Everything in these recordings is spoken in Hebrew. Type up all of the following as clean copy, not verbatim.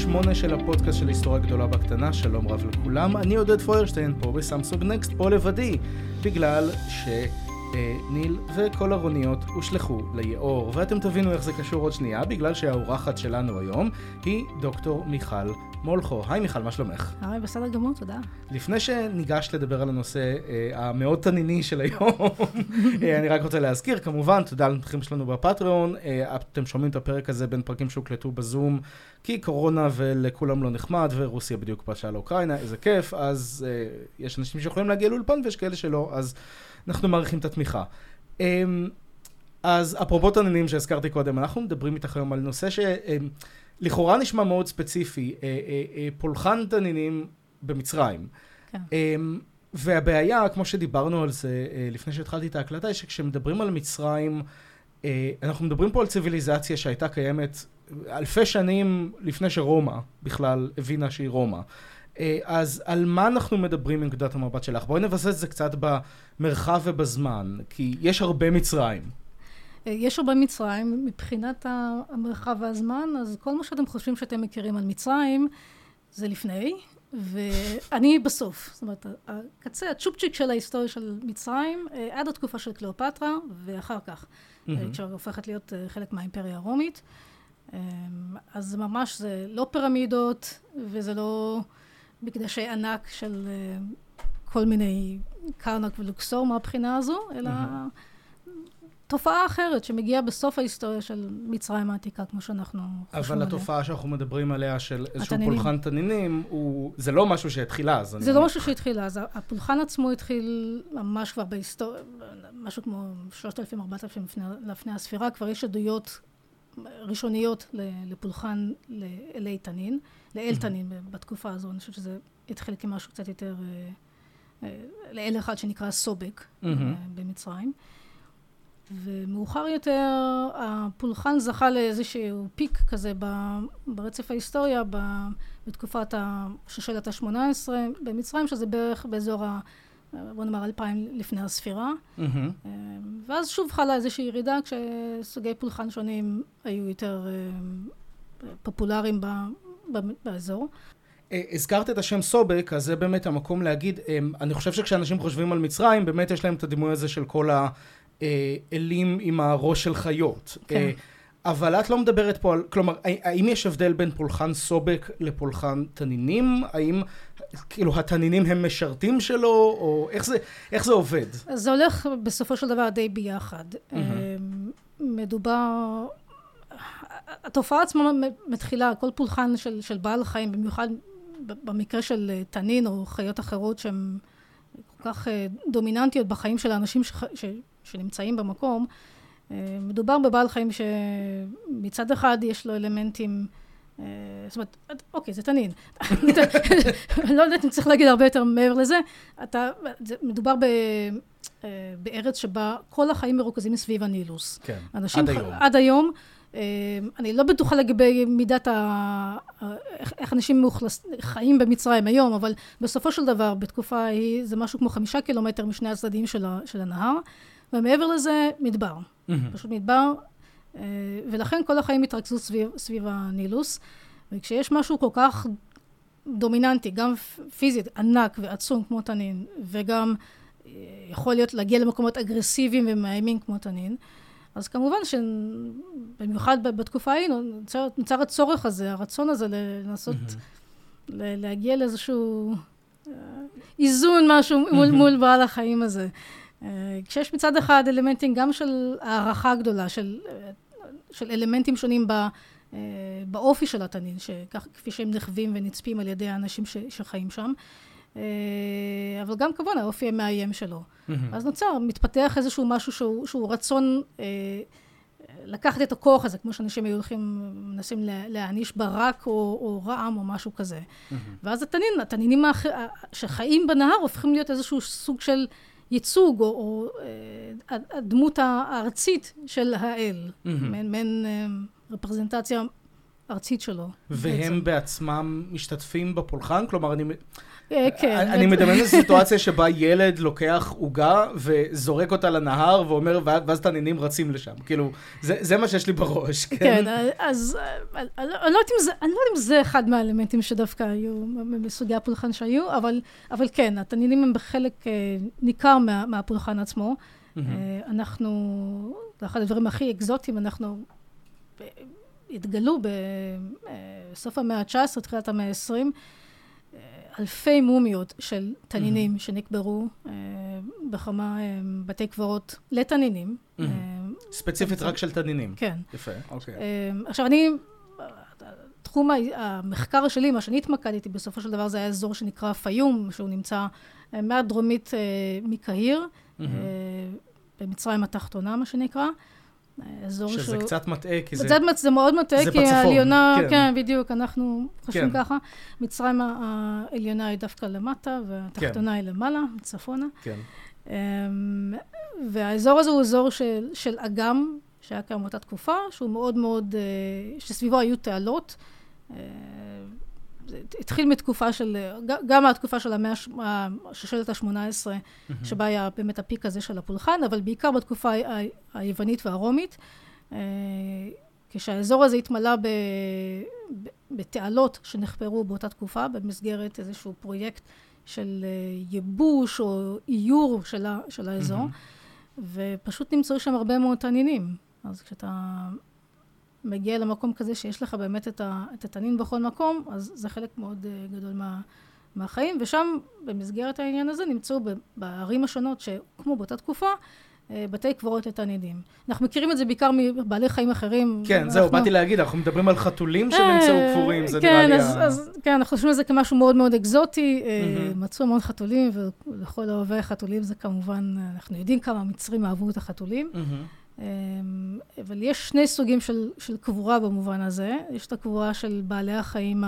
8 של הפודקאסט של היסטוריה גדולה בקטנה. שלום רב לכולם, אני עודד פוירשטיין פה בסמסונג נקסט, פה לבדי, בגלל שניל וכל הרוניות הושלחו ליאור, ואתם תבינו איך זה קשור עוד שנייה, בגלל שהאורחת שלנו היום היא דוקטור מיכל מולכו. היי מיכל, מה שלומך? היי, בסדר גמור, תודה. לפני שניגש לדבר על הנושא המאוד תניני של היום, אני רק רוצה להזכיר, כמובן, תודה למתחילים שלנו בפטריון, אתם שומעים את הפרק הזה בין פרקים שהוקלטו בזום, כי קורונה ולכולם לא נחמד, ורוסיה בדיוק פרשה לאוקראינה, איזה כיף, אז יש אנשים שיכולים להגיע לאולפן ויש כאלה שלא, אז אנחנו מעריכים את התמיכה. אז אפרופו תנינים שהזכרתי קודם, אנחנו מדברים איתך היום על נושא לכאורה נשמע מאוד ספציפי, פולחן תנינים במצרים. כן. והבעיה, כמו שדיברנו על זה לפני שהתחלתי את ההקלטה, היא שכשמדברים על מצרים, אנחנו מדברים פה על ציוויליזציה שהייתה קיימת אלפי שנים לפני שרומא בכלל הבינה שהיא רומא. אז על מה אנחנו מדברים מנקודת המבט שלך? בואי נבסס את זה קצת במרחב ובזמן, כי יש הרבה מצרים. יש הרבה מצרים, מבחינת המרחב והזמן, אז כל מה שאתם חושבים שאתם מכירים על מצרים, זה לפני, ואני בסוף. זאת אומרת, הקצה, הצ'ופצ'יק של ההיסטוריה של מצרים, עד התקופה של קליאופטרה, ואחר כך, כשהיא הופכת להיות חלק מהאימפריה הרומית. אז ממש זה לא פירמידות, וזה לא מקדשי ענק של כל מיני קרנק ולוקסור מהבחינה הזו, אלא תופעה אחרת שמגיעה בסוף ההיסטוריה של מצרים העתיקה, כמו שאנחנו חושבים עליה. אבל התופעה שאנחנו מדברים עליה של איזשהו פולחן תנינים, זה לא משהו שהתחילה. זה לא משהו שהתחילה, אז הפולחן עצמו התחיל ממש כבר בהיסטוריה, משהו כמו 3,000-4,000 לפני הספירה, כבר יש עדויות ראשוניות לפולחן לאל תנין בתקופה הזו. אני חושבת שזה התחיל כמשהו קצת יותר לאל אחד שנקרא סובק במצרים. ומאוחר יותר הפולחן זכה לאיזשהו פיק כזה ברצף ההיסטוריה בתקופת השושלת ה-18 במצרים, שזה בערך באזור בוא נאמר 2000 לפני הספירה. ואז שוב חלה איזושהי ירידה כשסוגי פולחן שונים היו יותר פופולריים באזור. הזכרת את השם סובק, אז זה באמת המקום להגיד, אני חושב שכשאנשים חושבים על מצרים, באמת יש להם את הדימוי הזה של כל האלים עם הראש של חיות. כן. אבל את לא מדברת פה על, כלומר, האם יש הבדל בין פולחן סובק לפולחן תנינים? האם, כאילו, התנינים הם משרתים שלו, או איך זה עובד? זה הולך בסופו של דבר די ביחד. מדובר, התופעה עצמה מתחילה, כל פולחן של בעל חיים, במיוחד במקרה של תנין או חיות אחרות שהן כל כך דומיננטיות בחיים של האנשים שנמצאים במקום, מדובר בבעל חיים שמצד אחד יש לו אלמנטים, זאת אומרת, אוקיי, זה תנין. אני לא יודעת אם צריך להגיד הרבה יותר מעבר לזה. מדובר בארץ שבה כל החיים מרוכזים מסביב הנילוס. כן, עד היום. אני לא בטוחה לגבי מידת איך אנשים חיים במצרים היום, אבל בסופו של דבר, בתקופה ההיא, זה משהו כמו 5 קילומטר משני הצדדים של הנהר, ומעבר לזה, מדבר. פשוט מדבר, ולכן כל החיים התרכזו סביב הנילוס, וכשיש משהו כל כך דומיננטי, גם פיזית, ענק ועצום כמו תנין, וגם יכול להיות להגיע למקומות אגרסיביים ומאיימים כמו תנין, אז כמובן שבמיוחד בתקופה ההיא נוצר הצורך הזה, הרצון הזה לנסות להגיע לאיזשהו איזון משהו מול בעל החיים הזה. כשיש מצד אחד אלמנטים גם של הערכה גדולה, של אלמנטים שונים באופי של התנין, כפי שהם נחווים ונצפים על ידי האנשים שחיים שם, אבל גם כמובן האופי המאיים שלו. אז מתפתח איזשהו משהו שהוא רצון לקחת את הכוח הזה, כמו שאנשים היו מנסים להעניש ברק או רעם או משהו כזה. ואז התנינים שחיים בנהר הופכים להיות איזשהו סוג של ייצוג או הדמות הארצית של האל, מעין רפרזנטציה ארצית שלו. והם בעצמם משתתפים בפולחן? כלומר, כן. אני מדמיין איזו סיטואציה שבה ילד לוקח עוגה וזורק אותה לנהר ואומר, ואז תנינים רצים לשם. כאילו, זה מה שיש לי בראש, כן? כן, אז אני לא יודעת אם זה אחד מהאלמנטים שדווקא היו, מסוגי הפולחן שהיו, אבל כן, התנינים הם בחלק ניכר מהפולחן עצמו. אנחנו, אחד הדברים הכי אקזוטיים, אנחנו התגלו בסוף המאה ה-19, תחילת המאה ה-20, אלפי מומיות של תנינים שנקברו בכמה בתי קברות לתנינים. ספציפית רק של תנינים. כן. יפה, אוקיי. עכשיו תחום המחקר שלי, מה שאני התמקדתי בסופו של דבר, זה היה אזור שנקרא פיום, שהוא נמצא מעט דרומית מקהיר, במצרים התחתונה, מה שנקרא. שזה קצת מטעה, כי זה מאוד מטעה, כי בצפון, העליונה, כן, בדיוק, אנחנו חושבים ככה. מצרים העליונה היא דווקא למטה, והתחתונה היא למעלה, צפונה. כן. והאזור הזה הוא אזור של אגם, שהיה קיים באותה תקופה, שהוא מאוד מאוד, שסביבו היו תעלות. התחיל מתקופה של, גם מהתקופה של השושלת ה-18, שבה היה באמת הפיק הזה של הפולחן, אבל בעיקר בתקופה היוונית והרומית, כשהאזור הזה התמלא בתעלות שנחפרו באותה תקופה, במסגרת איזשהו פרויקט של ייבוש או איור של האזור, ופשוט נמצאו שם הרבה מאוד תנינים. אז כשאתה מגיע למקום כזה שיש לך באמת את התנין בכל מקום, אז זה חלק מאוד גדול מהחיים, ושם במסגרת העניין הזה נמצאו בערים השונות שהוקמו באותה תקופה, בתי קברות לתנינים. אנחנו מכירים את זה בעיקר מבעלי חיים אחרים. כן, זהו, באתי להגיד, אנחנו מדברים על חתולים שנמצאו קבורים, זה נראה לי כן, אנחנו חושבים על זה כמשהו מאוד מאוד אקזוטי, מצאו המון חתולים, ולכל אוהבי החתולים זה כמובן, אנחנו יודעים כמה המצרים אהבו את החתולים, אבל יש שני סוגים של קבורה במובן הזה. יש את הקבורה של בעלי החיים,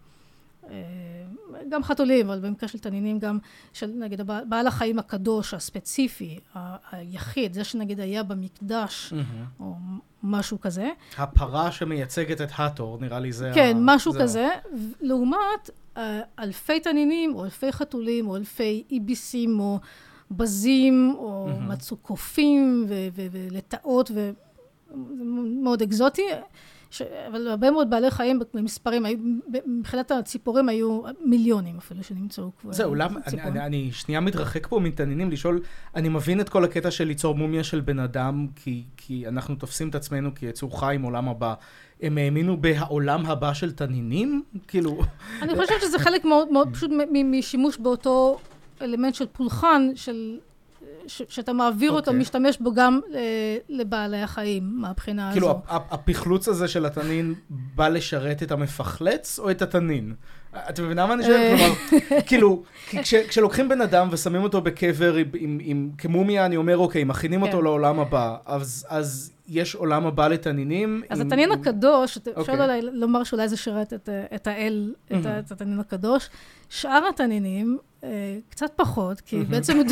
גם חתולים, אבל במקרה של תנינים גם של, נגיד, בעל החיים הקדוש, הספציפי, היחיד, זה שנגיד היה במקדש, או משהו כזה. הפרה שמייצגת את האטור, נראה לי זה... כן, משהו כזה. לעומת אלפי תנינים, או אלפי חתולים, או אלפי איביסים, או בזים, או מצאו קופים, ולטאות, ומאוד אקזוטי. אבל הרבה מאוד בעלי חיים במספרים, מבחינת הציפורים היו מיליונים אפילו שנמצאו כבר. זהו, אני שנייה מתרחק פה מתנינים לשאול, אני מבין את כל הקטע של ליצור מומיה של בן אדם, כי אנחנו תופסים את עצמנו כיצור חי עם עולם הבא. הם האמינו בהעולם הבא של תנינים? כאילו... אני חושבת שזה חלק מאוד, מאוד פשוט משימוש באותו אלמנט של פולחן, שאתה מעביר אותו, משתמש בו גם לבעלי החיים, מהבחינה הזו. כאילו, הפחלוץ הזה של התנין בא לשרת את המפחלץ או את התנין? את מבינה מה אני שואל? כלומר, כאילו, כשלוקחים בן אדם ושמים אותו בקבר כמומיה, אני אומר, אוקיי, מכינים אותו לעולם הבא, אז יש עולם הבא לתנינים. אז התנין הקדוש, אפשר אולי לומר שאולי זה שרת את האל, את התנין הקדוש. שאר התנינים, קצת פחות, כי בעצם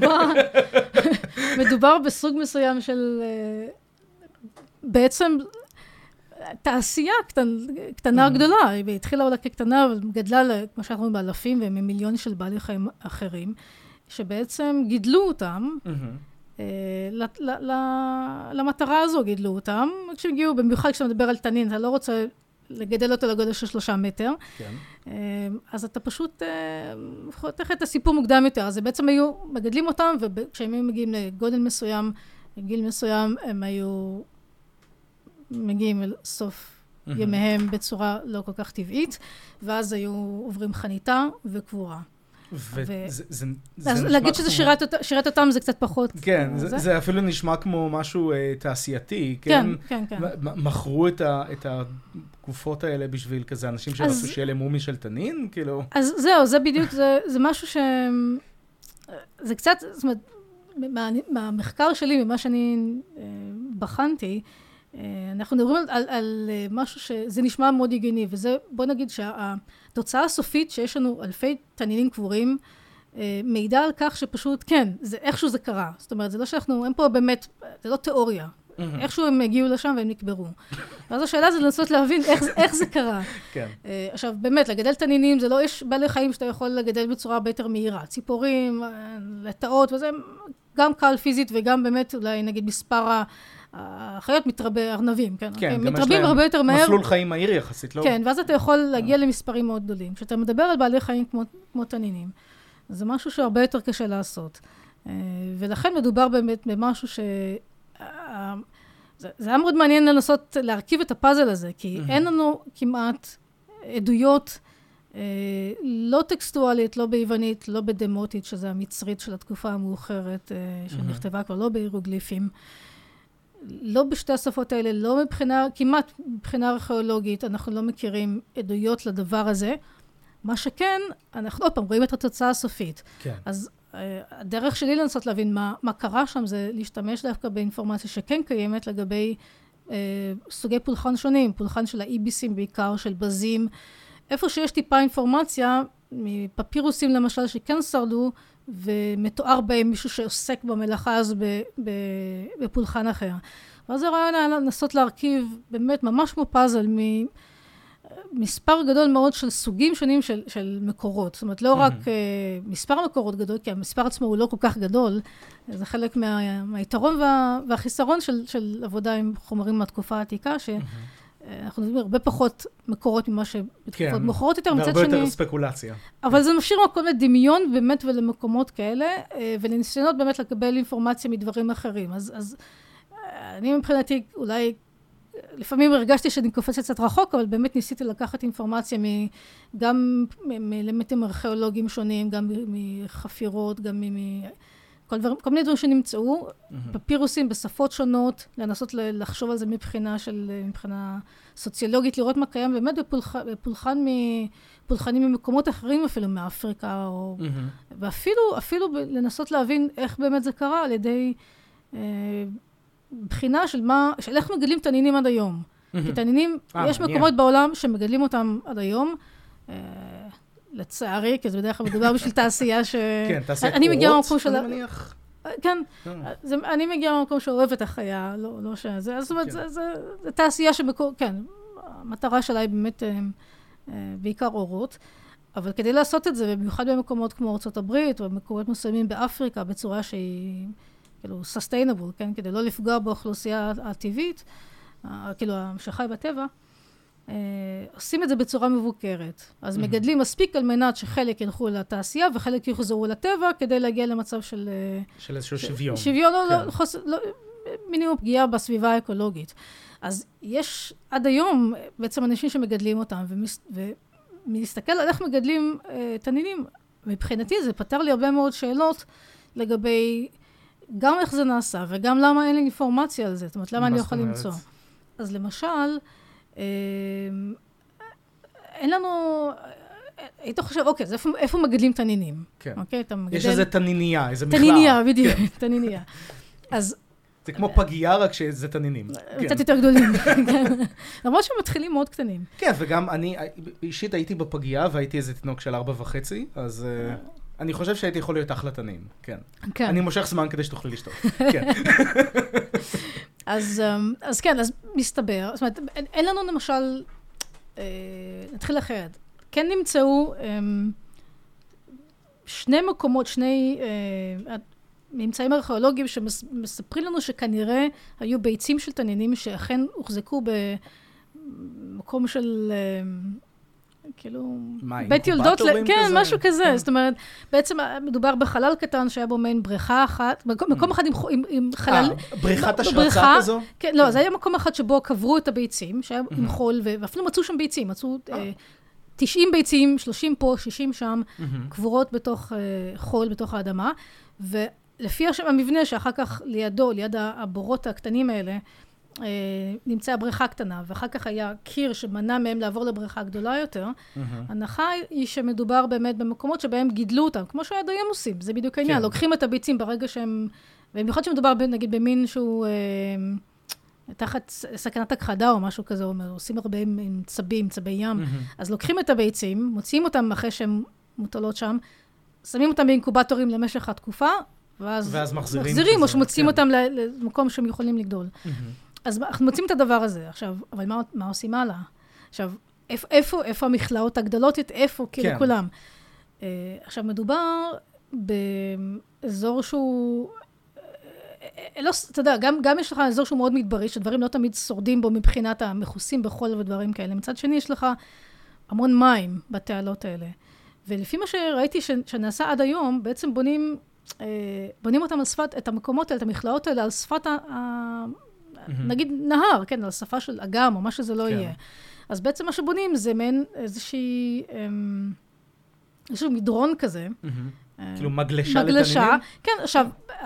מדובר בסוג מסוים של בעצם תעשייה קטנה גדולה. היא התחילה אולי כקטנה, אבל גדלה, כמו שאנחנו אומרים, באלפים ומיליון של בעלי חיים אחרים, שבעצם גידלו אותם, למטרה הזו גידלו אותם. כשהגיעו, במיוחד כשאתה מדבר על תנין, אתה לא רוצה לגדל אותו לגודל של 3 מטר. כן. אז אתה פשוט חותך את הסיפור מוקדם יותר. אז בעצם היו מגדלים אותם, וכשהם היו מגיעים לגודל מסוים, לגיל מסוים, הם היו מגיעים אל סוף ימיהם בצורה לא כל כך טבעית, ואז היו עוברים חניתה וקבורה. אז להגיד שזה שירת אותם זה קצת פחות. כן, זה אפילו נשמע כמו משהו תעשייתי, כן? כן, כן. מכרו את הגופות האלה בשביל כזה אנשים שרצו שיהיה להם מומי של תנין, כאילו? אז זהו, זה בדיוק, זה משהו זה קצת, זאת אומרת, מהמחקר שלי, ממה שאני בחנתי, אנחנו מדברים על משהו שזה נשמע מאוד הגיוני, וזה, בוא נגיד שהתוצאה הסופית שיש לנו אלפי תנינים קבורים, מעידה על כך שפשוט, כן, איכשהו זה קרה. זאת אומרת, זה לא שאנחנו, אין פה באמת, זה לא תיאוריה. איכשהו הם הגיעו לשם והם נקברו. ואז השאלה זה לנסות להבין איך זה קרה. כן. עכשיו, באמת, לגדל תנינים, זה לא, יש בעלי חיים שאתה יכול לגדל בצורה הרבה יותר מהירה. ציפורים, לטאות, וזה גם קל פיזית וגם באמת, אולי נגיד מספר החיות מתרבה, ארנבים, כן? כן, גם מתרבים הרבה יותר מהר. מסלול חיים מהיר יחסית, לא? כן, ואז אתה יכול להגיע למספרים מאוד גדולים. כשאתה מדבר על בעלי חיים כמו תנינים, זה משהו שהרבה יותר קשה לעשות. ולכן מדובר באמת במשהו זה היה מאוד מעניין לנסות להרכיב את הפאזל הזה, כי אין לנו כמעט עדויות לא טקסטואלית, לא ביוונית, לא בדמוטית, שזה המצרית של התקופה המאוחרת, שנכתבה כבר לא בהירוגליפים. לא בשתי השפות האלה, לא כמעט מבחינה ארכיאולוגית, אנחנו לא מכירים עדויות לדבר הזה. מה שכן, אנחנו עוד פעם רואים את התוצאה הסופית. כן. אז הדרך שלי לנסות להבין מה קרה שם, זה להשתמש דווקא באינפורמציה שכן קיימת לגבי סוגי פולחן שונים, פולחן של האיביסים בעיקר, של בזים, איפה שיש טיפה אינפורמציה, מפפירוסים למשל שכן שרדו, ומתואר בהם מישהו שעוסק במלאכה הזו בפולחן אחר. ואז הרעיון היה לנסות להרכיב באמת ממש כמו פאזל מספר גדול מאוד של סוגים שונים של מקורות. זאת אומרת, לא רק מספר מקורות גדול, כי המספר עצמו הוא לא כל כך גדול, זה חלק מהיתרון והחיסרון של עבודה עם חומרים מהתקופה העתיקה, אנחנו נדבר הרבה פחות מקורות ממה שבתקופות מאוחרות יותר, מצד שני. והרבה יותר ספקולציה. אבל זה משאיר כל מיני דמיון באמת ולמקומות כאלה, ולניסיונות באמת לקבל אינפורמציה מדברים אחרים. אז אני מבחינתי אולי, לפעמים הרגשתי שאני קופצת קצת רחוק, אבל באמת ניסיתי לקחת אינפורמציה גם מאלמנטים ארכיאולוגיים שונים, גם מחפירות, גם כל מיני דברים שנמצאו, פפירוסים בשפות שונות, לנסות לחשוב על זה מבחינה סוציולוגית, לראות מה קיים באמת בפולחנים ממקומות אחרים אפילו, מאפריקה, ואפילו לנסות להבין איך באמת זה קרה על ידי בחינה של איך מגדלים תנינים עד היום. כי תנינים, יש מקומות בעולם שמגדלים אותם עד היום, לצערי, כי זה בדרך כלל מדובר בשביל תעשייה כן, תעשייה קורות, אני מניח. כן, אני מגיעה ממקום שאוהב את החיה, לא שזה, זאת אומרת, זה תעשייה כן, המטרה שלה היא באמת בעיקר אורות, אבל כדי לעשות את זה, במיוחד במקומות כמו ארצות הברית, או במקומות מסוימים באפריקה, בצורה שהיא, כאילו, sustainable, כן, כדי לא לפגוע באוכלוסייה הטבעית, כאילו, שחי בטבע, עושים את זה בצורה מבוקרת. אז מגדלים מספיק על מנת שחלק ילכו לתעשייה, וחלק יחזרו לטבע, כדי להגיע למצב של איזשהו שוויון. שוויון, מינימום פגיעה בסביבה האקולוגית. אז יש עד היום בעצם אנשים שמגדלים אותם, ומסתכל על איך מגדלים תנינים, מבחינתי זה פתר לי הרבה מאוד שאלות לגבי גם איך זה נעשה, וגם למה אין לי אינפורמציה על זה. זאת אומרת, למה אני יכול למצוא. אז למשל, אין לנו, היית חושב, אוקיי, אז איפה מגדלים תנינים? כן. אוקיי, אתה מגדל... יש איזה תנינייה, איזה מכלאה. תנינייה, בדיוק, תנינייה. אז... זה כמו פגייה, רק שזה תנינים. קצת יותר גדולים. למרות שהם מתחילים מאוד קטנים. כן, וגם אני, אישית הייתי בפגייה, והייתי איזה תינוק של 4.5, אז אני חושב שהייתי יכול להיות אחלה תנים, כן. אני מושך זמן כדי שתוכלי לשתות. כן. אז כן, אז מסתבר, זאת אומרת, אין לנו למשל, נתחיל אחרת, כן נמצאו שני ממצאים ארכיאולוגיים שמספרים לנו שכנראה היו ביצים של תנינים שאכן הוחזקו במקום של, כאילו, בית יולדות, כן, משהו כזה, זאת אומרת, בעצם מדובר בחלל קטן שהיה בו מעין בריכה אחת, מקום אחד עם חלל... בריכת השרצה כזו? כן, לא, זה היה מקום אחד שבו קברו את הביצים, שהיה עם חול, ואפילו מצאו שם ביצים, מצאו 90 ביצים, 30 פה, 60 שם, קבורות בתוך חול, בתוך האדמה, ולפי המבנה שאחר כך לידו, ליד הבורות הקטנים האלה, נמצאה בריכה קטנה, ואחר כך היה קיר שמנע מהם לעבור לבריכה גדולה יותר. הנחה היא שמדובר באמת במקומות שבהם גידלו אותם, כמו שעד היום עושים, זה בדיוק העניין. לוקחים את הביצים ברגע שהם, ובמיוחד שמדובר נגיד במין שהוא תחת סכנת הכחדה או משהו כזה, עושים הרבה עם צבים, צבי ים, אז לוקחים את הביצים, מוציאים אותם אחרי שהן מוטלות שם, שמים אותם באינקובטורים למשך התקופה, ואז מחזירים או שמוצאים אותם למקום שהם יכולים לגדול. אז אנחנו מוצאים את הדבר הזה. עכשיו, אבל מה עושים הלאה? עכשיו, איפה המכלאות הגדולות? איפה, כאילו, כולם? עכשיו, מדובר באזור שהוא... אתה יודע, גם יש לך אזור שהוא מאוד מדברי, שדברים לא תמיד שורדים בו מבחינת המכוסים בחול ודברים כאלה. מצד שני, יש לך המון מים בתעלות האלה. ולפי מה שראיתי שנעשה עד היום, בעצם בונים אותם על שפת, את המקומות האלה, את המכלאות האלה, על שפת, נגיד נהר, כן, על שפה של אגם, או מה שזה לא יהיה. אז בעצם מה שבונים זה מעין איזשהו מדרון כזה. כאילו מגלשה לתנינים? כן, עכשיו,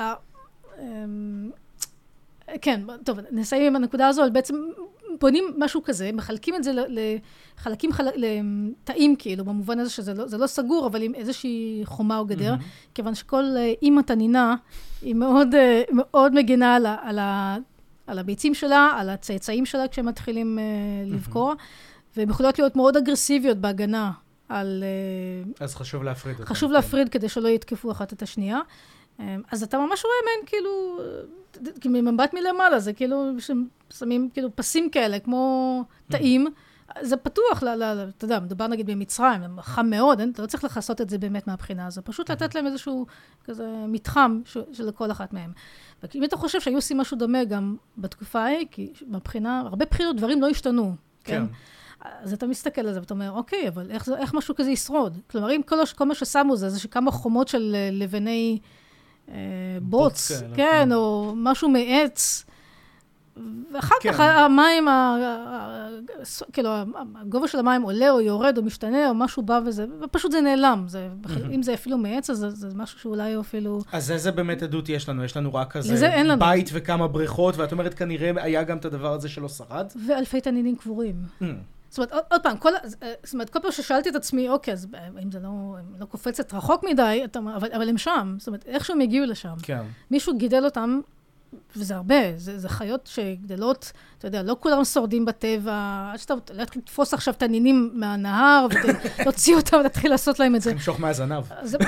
כן, טוב, נסיים עם הנקודה הזו, בעצם בונים משהו כזה, מחלקים את זה לחלקים, לתאים כאילו, במובן הזה שזה לא סגור, אבל עם איזושהי חומה או גדר, כיוון שכל אימא תנינה, היא מאוד מגינה על הביצים שלה, על הצאצאים שלה כשהם מתחילים לבקוע, והן יכולות להיות מאוד אגרסיביות בהגנה על... אז חשוב להפריד אותם. חשוב להפריד כדי שלא יתקפו אחת את השנייה. אז אתה ממש רואה מהן כאילו, ממבט מלמעלה, זה כאילו, שמים כאילו פסים כאלה, כמו תאים, זה פתוח, אתה יודע, מדובר נגיד במצרים, חם מאוד, אתה לא צריך לחסות את זה באמת מהבחינה הזו, פשוט לתת להם איזשהו כזה מתחם של כל אחת מהם. ואם אתה חושב שהיו עושים משהו דומה גם בתקופה ההיא, כי מבחינה, הרבה בחינות דברים לא השתנו, כן? אז אתה מסתכל על זה ואתה אומר, אוקיי, אבל איך משהו כזה ישרוד? כלומר, אם כל מה ששמו זה שכמה חומות של לבני בוץ, כן, או משהו מעץ, ואחר כך המים, כאילו, הגובה של המים עולה או יורד או משתנה, או משהו בא וזה, ופשוט זה נעלם. אם זה אפילו מעץ, אז זה משהו שאולי אפילו... אז איזה באמת עדות יש לנו? יש לנו רק כזה בית וכמה בריכות, ואת אומרת, כנראה היה גם את הדבר הזה שלא שרד? ואלפי תנינים קבורים. זאת אומרת, עוד פעם, כל פעם ששאלתי את עצמי, אוקיי, אז אם זה לא קופצת רחוק מדי, אבל הם שם. זאת אומרת, איכשהו הם הגיעו לשם. מישהו גידל אותם, וזה הרבה, זה חיות שגדלות, אתה יודע, לא כולם שורדים בטבע, עד שאתה תתפוס עכשיו תנינים מהנהר, ותוציא אותם ותתחיל לעשות להם את זה. למשוך מהזנב.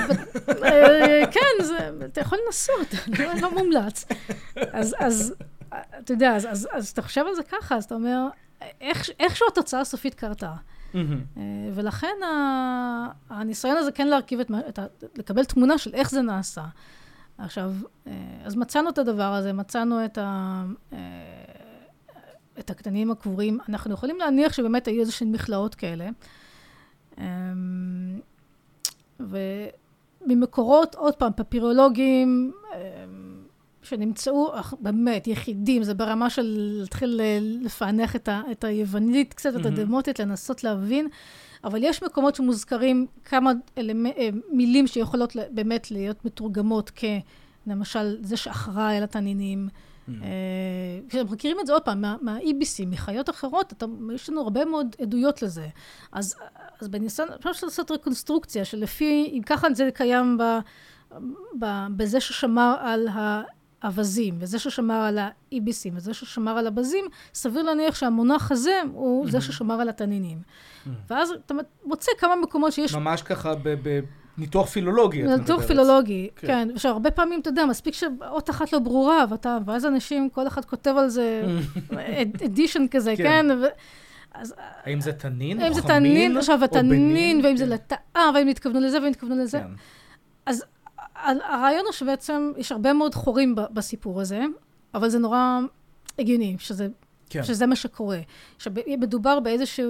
כן, אתה יכול לנסות, לא מומלץ. אז, אתה יודע, אז אתה חושב על זה ככה, אז אתה אומר, איכשהו התוצאה הסופית קרתה. ולכן הניסיון הזה כן להרכיב לקבל תמונה של איך זה נעשה. עכשיו, אז מצאנו את הדבר הזה, מצאנו את הקטנים הקבורים. אנחנו יכולים להניח שבאמת היו איזושהי מכלאות כאלה. וממקורות, עוד פעם, פפירולוגים, שנמצאו באמת יחידים, זה ברמה של להתחיל לפענח את היוונית, קצת את הדמותית, לנסות להבין, אבל יש מקומות שמוזכרים כמה מילים שיכולות באמת להיות מתורגמות כלמשל זה שאחראי על התנינים. מכירים את זה עוד פעם, מה-EBC, מחיות אחרות, יש לנו הרבה מאוד עדויות לזה. אז בניסיון, אפשר לעשות רקונסטרוקציה, שלפי, אם ככה זה קיים בזה ששמר על האבזים, וזה ששמר על ה-EBC, וזה ששמר על הבזים, סביר להניח שהמונח הזה הוא זה ששמר על התנינים. ואז אתה מוצא כמה מקומות שיש... ממש ככה בניתוח פילולוגי. ניתוח פילולוגי, כן. ושהרבה פעמים, אתה יודע, מספיק שאות אחת לא ברורה, ואז אנשים, כל אחד כותב על זה אדישן כזה, כן? האם זה תנין או חמין? עכשיו, התנין, ואם זה לטעה, ואם נתכוונו לזה, ואם נתכוונו לזה. אז הרעיון הוא שבעצם יש הרבה מאוד חורים בסיפור הזה, אבל זה נורא הגיוני, שזה מה שקורה. שמדובר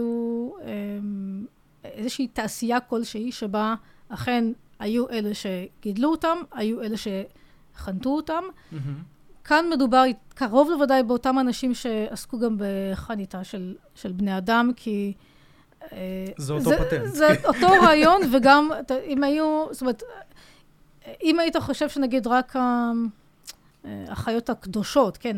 איזושהי תעשייה כלשהי, שבה אכן היו אלה שגידלו אותם, היו אלה שחנתו אותם. כאן מדובר קרוב לוודאי באותם אנשים שעסקו גם בחניתה של בני אדם, כי... זה אותו פטנט. זה אותו רעיון, וגם אם היו, זאת אומרת, אם היית חושב שנגיד רק החיות הקדושות, כן,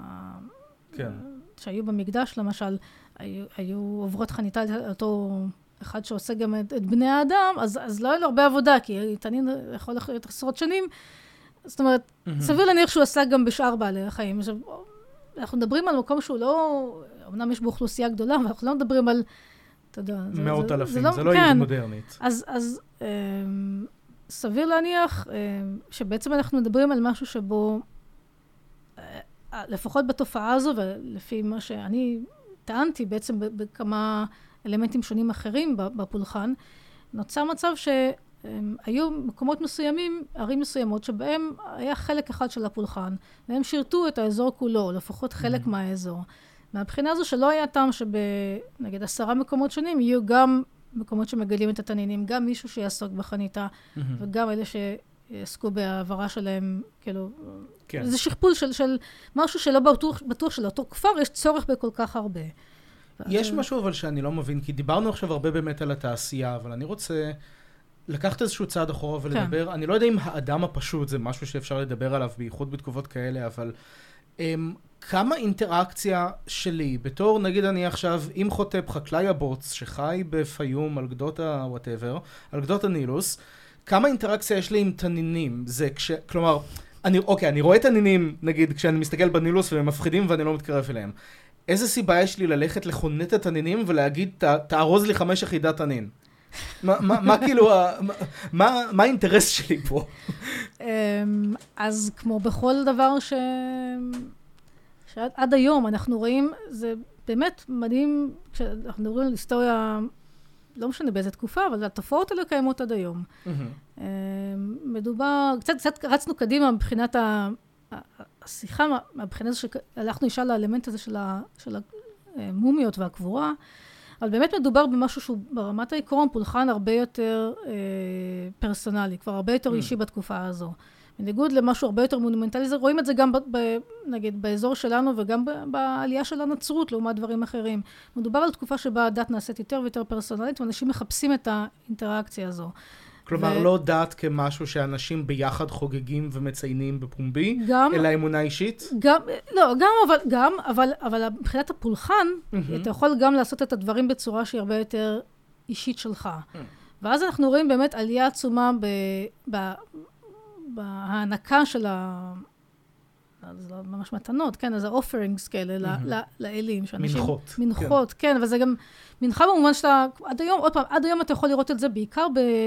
שהיו במקדש למשל, היו עוברות חניתה אותו אחד שעושה גם את בני האדם, אז לא היה לו הרבה עבודה, כי תנין יכול להיות עשרות שנים, זאת אומרת, סביר להניח שהוא עשה גם בשאר בעלי החיים. אנחנו מדברים על מקום שהוא לא, אמנם יש בו אוכלוסייה גדולה, אבל אנחנו לא מדברים על, אתה יודע, מאות אלפים, זה לא עיר מודרנית. אז סביר להניח שבעצם אנחנו מדברים על משהו שבו, לפחות בתופעה הזו, ולפי מה שאני טענתי בעצם בכמה אלמנטים שונים אחרים בפולחן, נוצר מצב שהיו מקומות מסוימים, ערים מסוימות, שבהם היה חלק אחד של הפולחן, והם שירתו את האזור כולו, לפחות חלק מהאזור. מהבחינה הזו שלא היה טעם שבנגיד 10 מקומות שונים, יהיו גם מקומות שמגלים את התנינים, גם מישהו שיעסוק בחניתה, וגם אלה שיעסקו בהעברה שלהם, כאילו, זה שכפול של משהו שלא בטוח שלאותו כפר, יש צורך בכל כך הרבה. יש משהו אבל שאני לא מבין, כי דיברנו עכשיו הרבה באמת על התעשייה, אבל אני רוצה לקחת איזשהו צעד אחורה ולדבר, כן. אני לא יודע אם האדם הפשוט זה משהו שאפשר לדבר עליו, בייחוד בתקופות כאלה, אבל כמה אינטראקציה שלי, בתור נגיד אני עכשיו עם חוטב חקלאי הבוץ, שחי בפיום על גדות ה-whatever, על גדות הנילוס, כמה אינטראקציה יש לי עם תנינים? זה כלומר, אני רואה תנינים, נגיד, כשאני מסתכל בנילוס והם מפחידים ואני לא מתקרב אליהם. איזה סיבה יש לי ללכת לכונת התנינים ולהגיד, תארוז לי 5 יחידת תנין? מה כאילו, מה האינטרס שלי פה? אז כמו בכל דבר שעד היום אנחנו רואים, זה באמת מדהים, כשאנחנו מדברים על היסטוריה, לא משנה באיזה תקופה, אבל התופעות האלה קיימות עד היום. מדובר, קצת רצנו קדימה מבחינת השיחה, מבחינת שהלכנו אישה לאלמנט הזה של המומיות והקבורה, אבל באמת מדובר במשהו שהוא ברמת העיקרון פולחן הרבה יותר פרסונלי, כבר הרבה יותר אישי בתקופה הזו. בניגוד למשהו הרבה יותר מונומנטלי, רואים את זה גם נגיד באזור שלנו וגם בעלייה של הנצרות לעומת דברים אחרים. מדובר על תקופה שבה הדת נעשית יותר ויותר פרסונלית, ואנשים מחפשים את האינטראקציה הזו. כלומר, לא דת כמשהו שאנשים ביחד חוגגים ומציינים בפומבי, אלא אמונה אישית? אבל מבחינת הפולחן, אתה יכול גם לעשות את הדברים בצורה שהיא הרבה יותר אישית שלך. ואז אנחנו רואים באמת עלייה עצומה בהענקה של זה לא ממש מתנות, כן, אז ה-offerings כאלה לאלים. מנחות. מנחות, כן, אבל זה גם מנחה במובן שאתה, עד היום אתה יכול לראות את זה בעיקר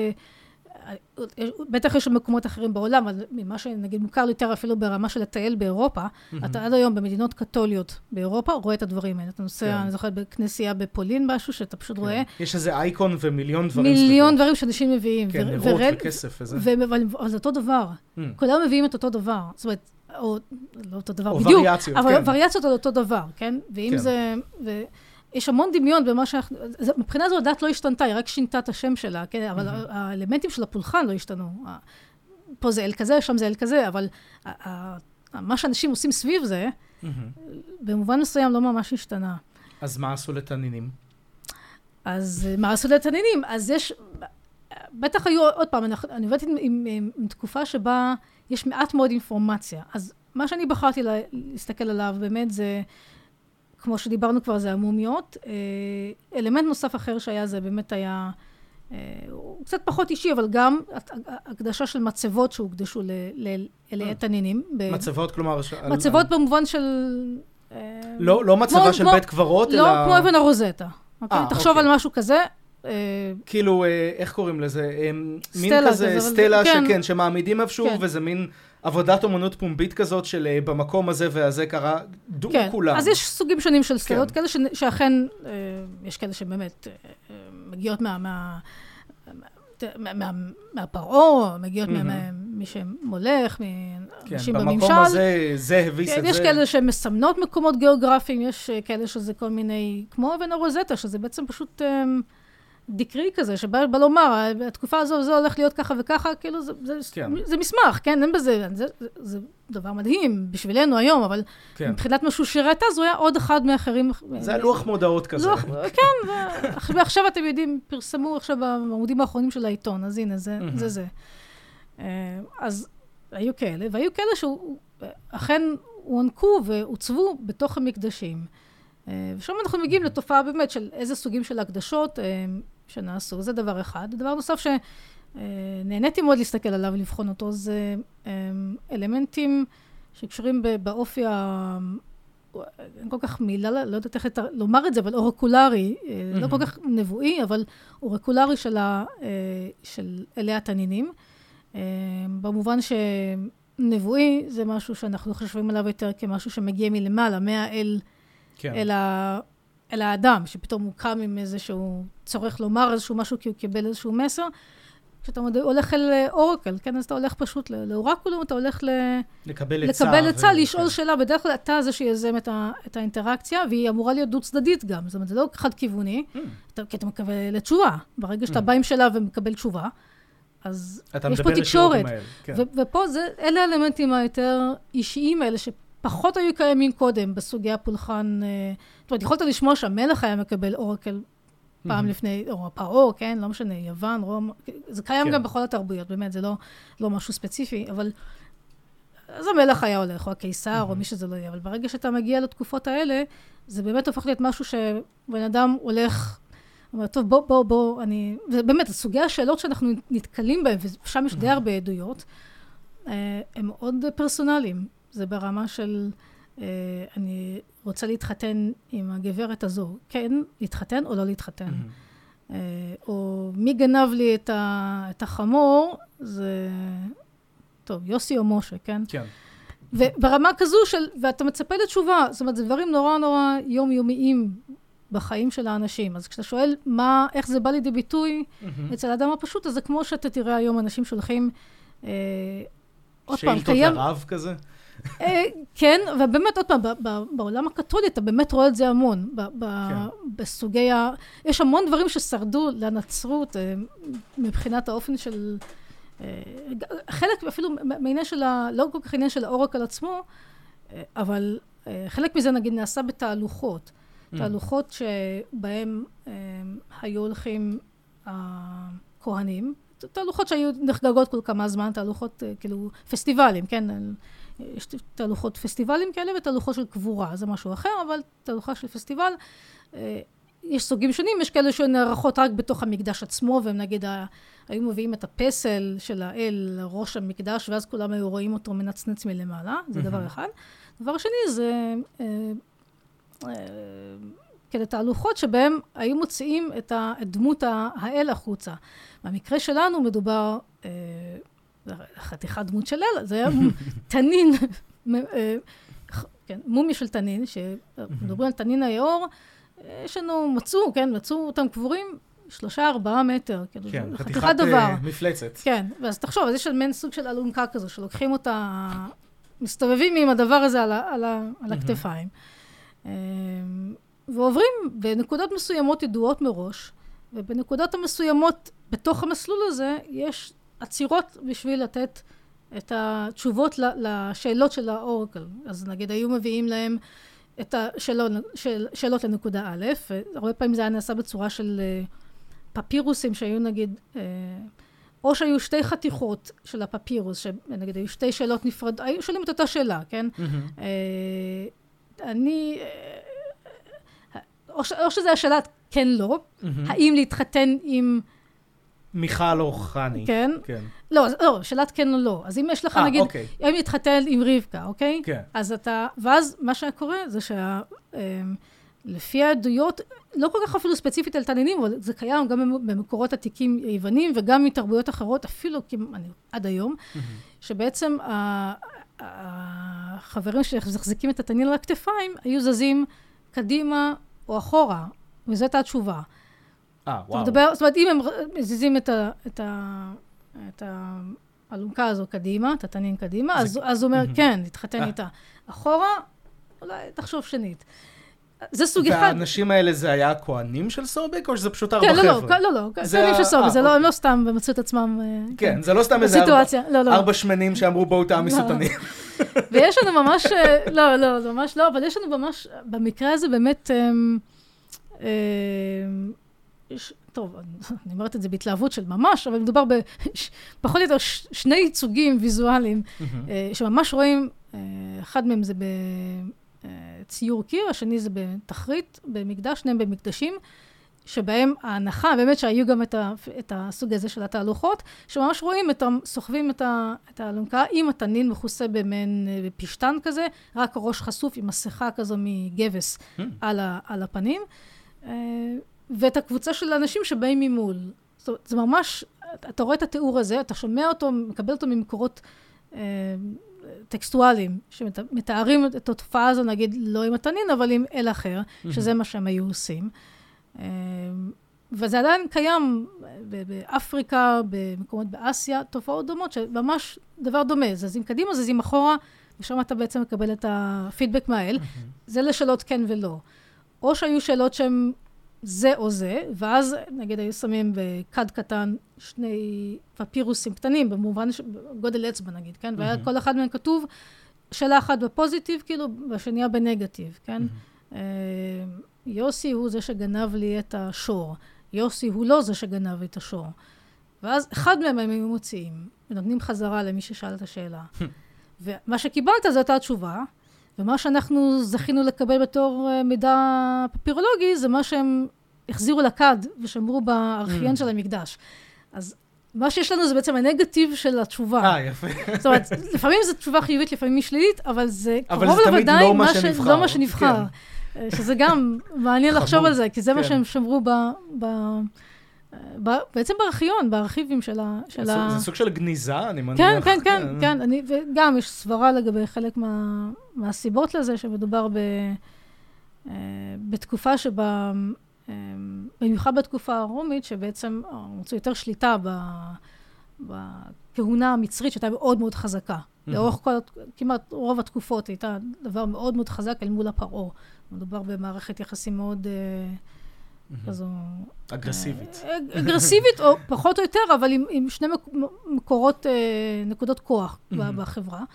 בטח יש מקומות אחרים בעולם, אבל ממה שנגיד מוכר יותר אפילו ברמה של לטייל באירופה, אתה עד היום במדינות קתוליות באירופה רואה את הדברים האלה. אתה נוסע, אני זוכרת בכנסייה בפולין משהו שאתה פשוט רואה. יש איזה אייקון ומיליון דברים. מיליון דברים שאנשים מביאים. כן, נרות וכסף וזה. אבל זה אותו דבר. כולם מביאים את אותו דבר. זאת אומרת, או לא אותו דבר בדיוק. או וריאציות, כן. אבל וריאציות על אותו דבר, כן? ואם זה... יש המון דמיון במה שאנחנו... מבחינה זו הדת לא השתנתה, היא רק שינתה את השם שלה, כן? אבל האלמנטים של הפולחן לא השתנו. פה זה אל כזה, שם זה אל כזה, אבל מה שאנשים עושים סביב זה, במובן מסוים לא ממש השתנה. אז מה עשו לתנינים? אז יש... בטח היו, עוד פעם, אני עובדת עם תקופה שבה יש מעט מאוד אינפורמציה. אז מה שאני בחרתי להסתכל עליו באמת זה... כמו שדיברנו כבר, זה המומיות. אלמנט נוסף אחר שהיה, זה באמת היה, הוא קצת פחות אישי, אבל גם הקדשה של מצבות שהוקדשו לאלי התנינים. מצבות, כלומר... מצבות במובן של... לא מצבה של בית קברות, אלא... לא, כמו אבן הרוזטה. תחשוב על משהו כזה. כאילו, איך קוראים לזה? מין כזה סטלה שמעמידים איפשהו, וזה מין... עבודת אומנות פומבית כזאת של במקום הזה והזה קרה, דעו כולם. אז יש סוגים שונים של סטלות, כאלה שאכן, יש כאלה שבאמת מגיעות מהפרעה, מגיעות ממי שמולך, מאנשים בממשל. במקום הזה, זה הביס את זה. יש כאלה שמסמנות מקומות גיאוגרפיים, יש כאלה שזה כל מיני, כמו אבן הרוזטה, שזה בעצם פשוט... דקרי כזה, שבא לומר, התקופה הזו, זה הולך להיות ככה וככה, כאילו, זה מסמך, כן? אין בזה, זה דבר מדהים בשבילנו היום, אבל מבחינת משהו שראתה, זו היה עוד אחד מאחרים. זה לוח מודעות כזה. כן, ועכשיו אתם יודעים, פרסמו עכשיו בעמודים האחרונים של העיתון, אז הנה, זה. אז היו כאלה, והיו כאלה שאכן הוענקו והוצבו בתוך המקדשים. ושם אנחנו מגיעים לתופעה באמת של איזה סוגים של הקדשות שנעשו. זה דבר אחד. דבר נוסף שנהניתי מאוד להסתכל עליו ולבחון אותו, זה אלמנטים שקשורים באופי אין כל כך מילה, לא יודעת איך לומר את זה, אבל אורקולרי, לא כל כך נבואי, אבל אורקולרי של אלי התנינים. במובן שנבואי זה משהו שאנחנו חושבים עליו יותר כמשהו שמגיע מלמעלה, אל האדם, שפתאום הוא קם עם איזשהו צורך לומר איזשהו משהו, כי הוא קיבל איזשהו מסר. כשאתה הולך אל אורקל, כן? אז אתה הולך פשוט לאורקולום, אתה הולך לקבל עצה, לשאול שאלה. בדרך כלל אתה זה שיזם את האינטראקציה, והיא אמורה להיות דו-צדדית גם. זאת אומרת, זה לא חד-כיווני, כי אתה מקבל לתשובה. ברגע שאתה בא עם שאלה ומקבל תשובה, אז יש פה תקשורת. ופה אלה האלמנטים היותר אישיים האלה, שפחות היו קיימים קודם בסוגי הפולחן. זאת אומרת, יכולת לשמוע שהמלך היה מקבל אורקל, פעם לפני, או פרעה, כן? לא משנה, יוון, רום, זה קיים גם בכל התרבויות, באמת, זה לא משהו ספציפי, אבל אז המלך היה הולך, או הקיסר, או מי שזה לא יהיה, אבל ברגע שאתה מגיע לתקופות האלה, זה באמת הופך להיות משהו שבן אדם הולך, אומר, טוב, בוא, ובאמת, סוגי השאלות שאנחנו נתקלים בהן, ושם יש די הרבה עדויות, הם מאוד פרסונליים. זה ברמה של, אני רוצה להתחתן עם הגברת הזו. כן, להתחתן או לא להתחתן. או מי גנב לי את החמור, זה, טוב, יוסי או משה, כן? כן. וברמה כזו ואתה מצפה לתשובה, זאת אומרת, זה דברים נורא נורא יומיומיים בחיים של האנשים. אז כשאתה שואל איך זה בא לידי ביטוי אצל האדם הפשוט, אז זה כמו שאתה תראה היום אנשים שולחים, עוד פעם, שאילתות לרב כזה? כן, ובאמת עוד פעם, בעולם הקתולי אתה באמת רואה את זה המון, בסוגי יש המון דברים ששרדו לנצרות, מבחינת האופן של, חלק אפילו מעניין של, לא כל כך עניין של האורקל עצמו, אבל חלק מזה נגיד נעשה בתהלוכות, תהלוכות שבהם היו הולכים הכהנים, תהלוכות שהיו נחגגות כל כמה זמן, תהלוכות כאילו פסטיבלים, כן? יש תהלוכות פסטיבלים כאלה ותהלוכות של קבורה, זה משהו אחר, אבל תהלוכה של פסטיבל, יש סוגים שונים, יש כאלה שנערכות רק בתוך המקדש עצמו, והם נגיד היו מביאים את הפסל של האל לראש המקדש, ואז כולם היו רואים אותו מנצנץ מלמעלה, זה דבר אחד. דבר שני זה כאלה תהלוכות שבהם היו מוציאים את דמות האל החוצה. במקרה שלנו מדובר, חתיכת דמות של אל, זה היה תנין, מומי של תנין, שמדברים על תנין היאור, יש לנו, מצאו אותם קבורים 3-4 מטר, כן, חתיכת מפלצת. כן, ואז תחשוב, אז יש מעין סוג של אלונקה כזו, שלוקחים אותה, מסתובבים עם הדבר הזה על הכתפיים. ועוברים בנקודות מסוימות ידועות מראש, ובנקודות המסוימות בתוך המסלול הזה יש עצירות בשביל לתת את התשובות לשאלות של האורקל. אז נגיד היו מביאים להם את השאלות לנקודה א', והרבה פעמים זה היה נעשה בצורה של פפירוסים שהיו נגיד, או שהיו שתי חתיכות של הפפירוס, שנגיד היו שתי שאלות נפרדות, היו שואלים את אותה שאלה, כן? או שזה השאלה כן לא, האם להתחתן עם מיכל או חני. כן. לא, שאלת כן או לא. אז אם יש לך נגיד, האם להתחתן עם רבקה, אוקיי? כן. אז אתה, ואז מה שקורה זה לפי העדויות, לא כל כך אפילו ספציפית על תנינים, אבל זה קיים גם במקורות עתיקים יוונים, וגם מתרבויות אחרות, אפילו עד היום, שבעצם החברים שמחזיקים את התנין על הכתפיים, היו זזים קדימה או אחורה, וזו הייתה התשובה. וואו. זאת אומרת, אם הם מזיזים את האלונקה הזו קדימה, את התנין קדימה, אז הוא אומר, כן, להתחתן איתה. אחורה, אולי תחשוב שנית. זה סוג אחד. והאנשים האלה זה היה הכהנים של סובק, או שזה פשוט 4 חבר'ה? כן, לא, כהנים של סובק, זה לא סתם במצאו את עצמם. כן, זה לא סתם איזה 4 שמנים שאמרו בואו תעמיסו תנין. ויש לנו ממש, זה ממש לא, אבל יש לנו ממש, במקרה הזה באמת, טוב, אני אומרת את זה בהתלהבות של ממש, אבל מדובר פחות או יותר 2 ייצוגים ויזואליים, שממש רואים, אחד מהם זה בציור קיר, השני זה בתחרית, במקדש, שניהם במקדשים, שבהם ההנחה, באמת שהיו גם את הסוג הזה של התהלוכות, שממש רואים, סוחבים את האלונקה עם התנין מכוסה במין פשטן כזה, רק הראש חשוף עם מסכה כזו מגבס על הפנים, ואת הקבוצה של האנשים שבאים ממול. זאת אומרת, זה ממש, אתה רואה את התיאור הזה, אתה שומע אותו, מקבל אותו ממקורות טקסטואליים, שמתארים את התופעה הזו, נגיד, לא עם התנין, אבל עם אל אחר, שזה מה שהם היו עושים. וזה עדיין קיים באפריקה, במקומות באסיה, תופעות דומות, שממש דבר דומה, זזים קדימה, זזים אחורה, ושם אתה בעצם מקבל את הפידבק מהאל. זה לשאלות כן ולא. או שהיו שאלות שהן זה או זה, ואז נגיד היו שמים בקד קטן שני פפירוסים קטנים, במובן גודל אצבע נגיד, כן? והיה כל אחד מהם כתוב שאלה אחת בפוזיטיב, כאילו, והשנייה בנגטיב, כן? יוסי הוא זה שגנב לי את השור. יוסי הוא לא זה שגנב לי את השור. ואז אחד מהם הם היו מוציאים, ונותנים חזרה למי ששאל את השאלה. ומה שקיבלת זאת התשובה, ומה שאנחנו זכינו לקבל בתור מידע פפירולוגי, זה מה שהם החזירו לקד ושמרו בארכיון של המקדש. אז מה שיש לנו זה בעצם הנגטיב של התשובה. יפה. זאת אומרת, לפעמים זו תשובה חיובית, לפעמים היא שלילית, אבל זה קרוב לוודאי לא מה שנבחר. שזה גם מעניין לחשוב על זה, כי זה מה שהם שמרו בעצם בארכיון, בארכיבים של זה סוג של גניזה, אני מניח. כן. וגם יש סברה לגבי חלק מהסיבות לזה, שמדובר בתקופה שבה, במיוחד בתקופה הרומית, שבעצם רצו יותר שליטה בכהונה המצרית, שהייתה מאוד מאוד חזקה. לאורך כמעט רוב התקופות הייתה דבר מאוד מאוד חזק אל מול הפרעה. מדובר במערכת יחסים מאוד כזו... אגרסיבית. אגרסיבית, או פחות או יותר, אבל עם שני מקורות, נקודות כוח בחברה.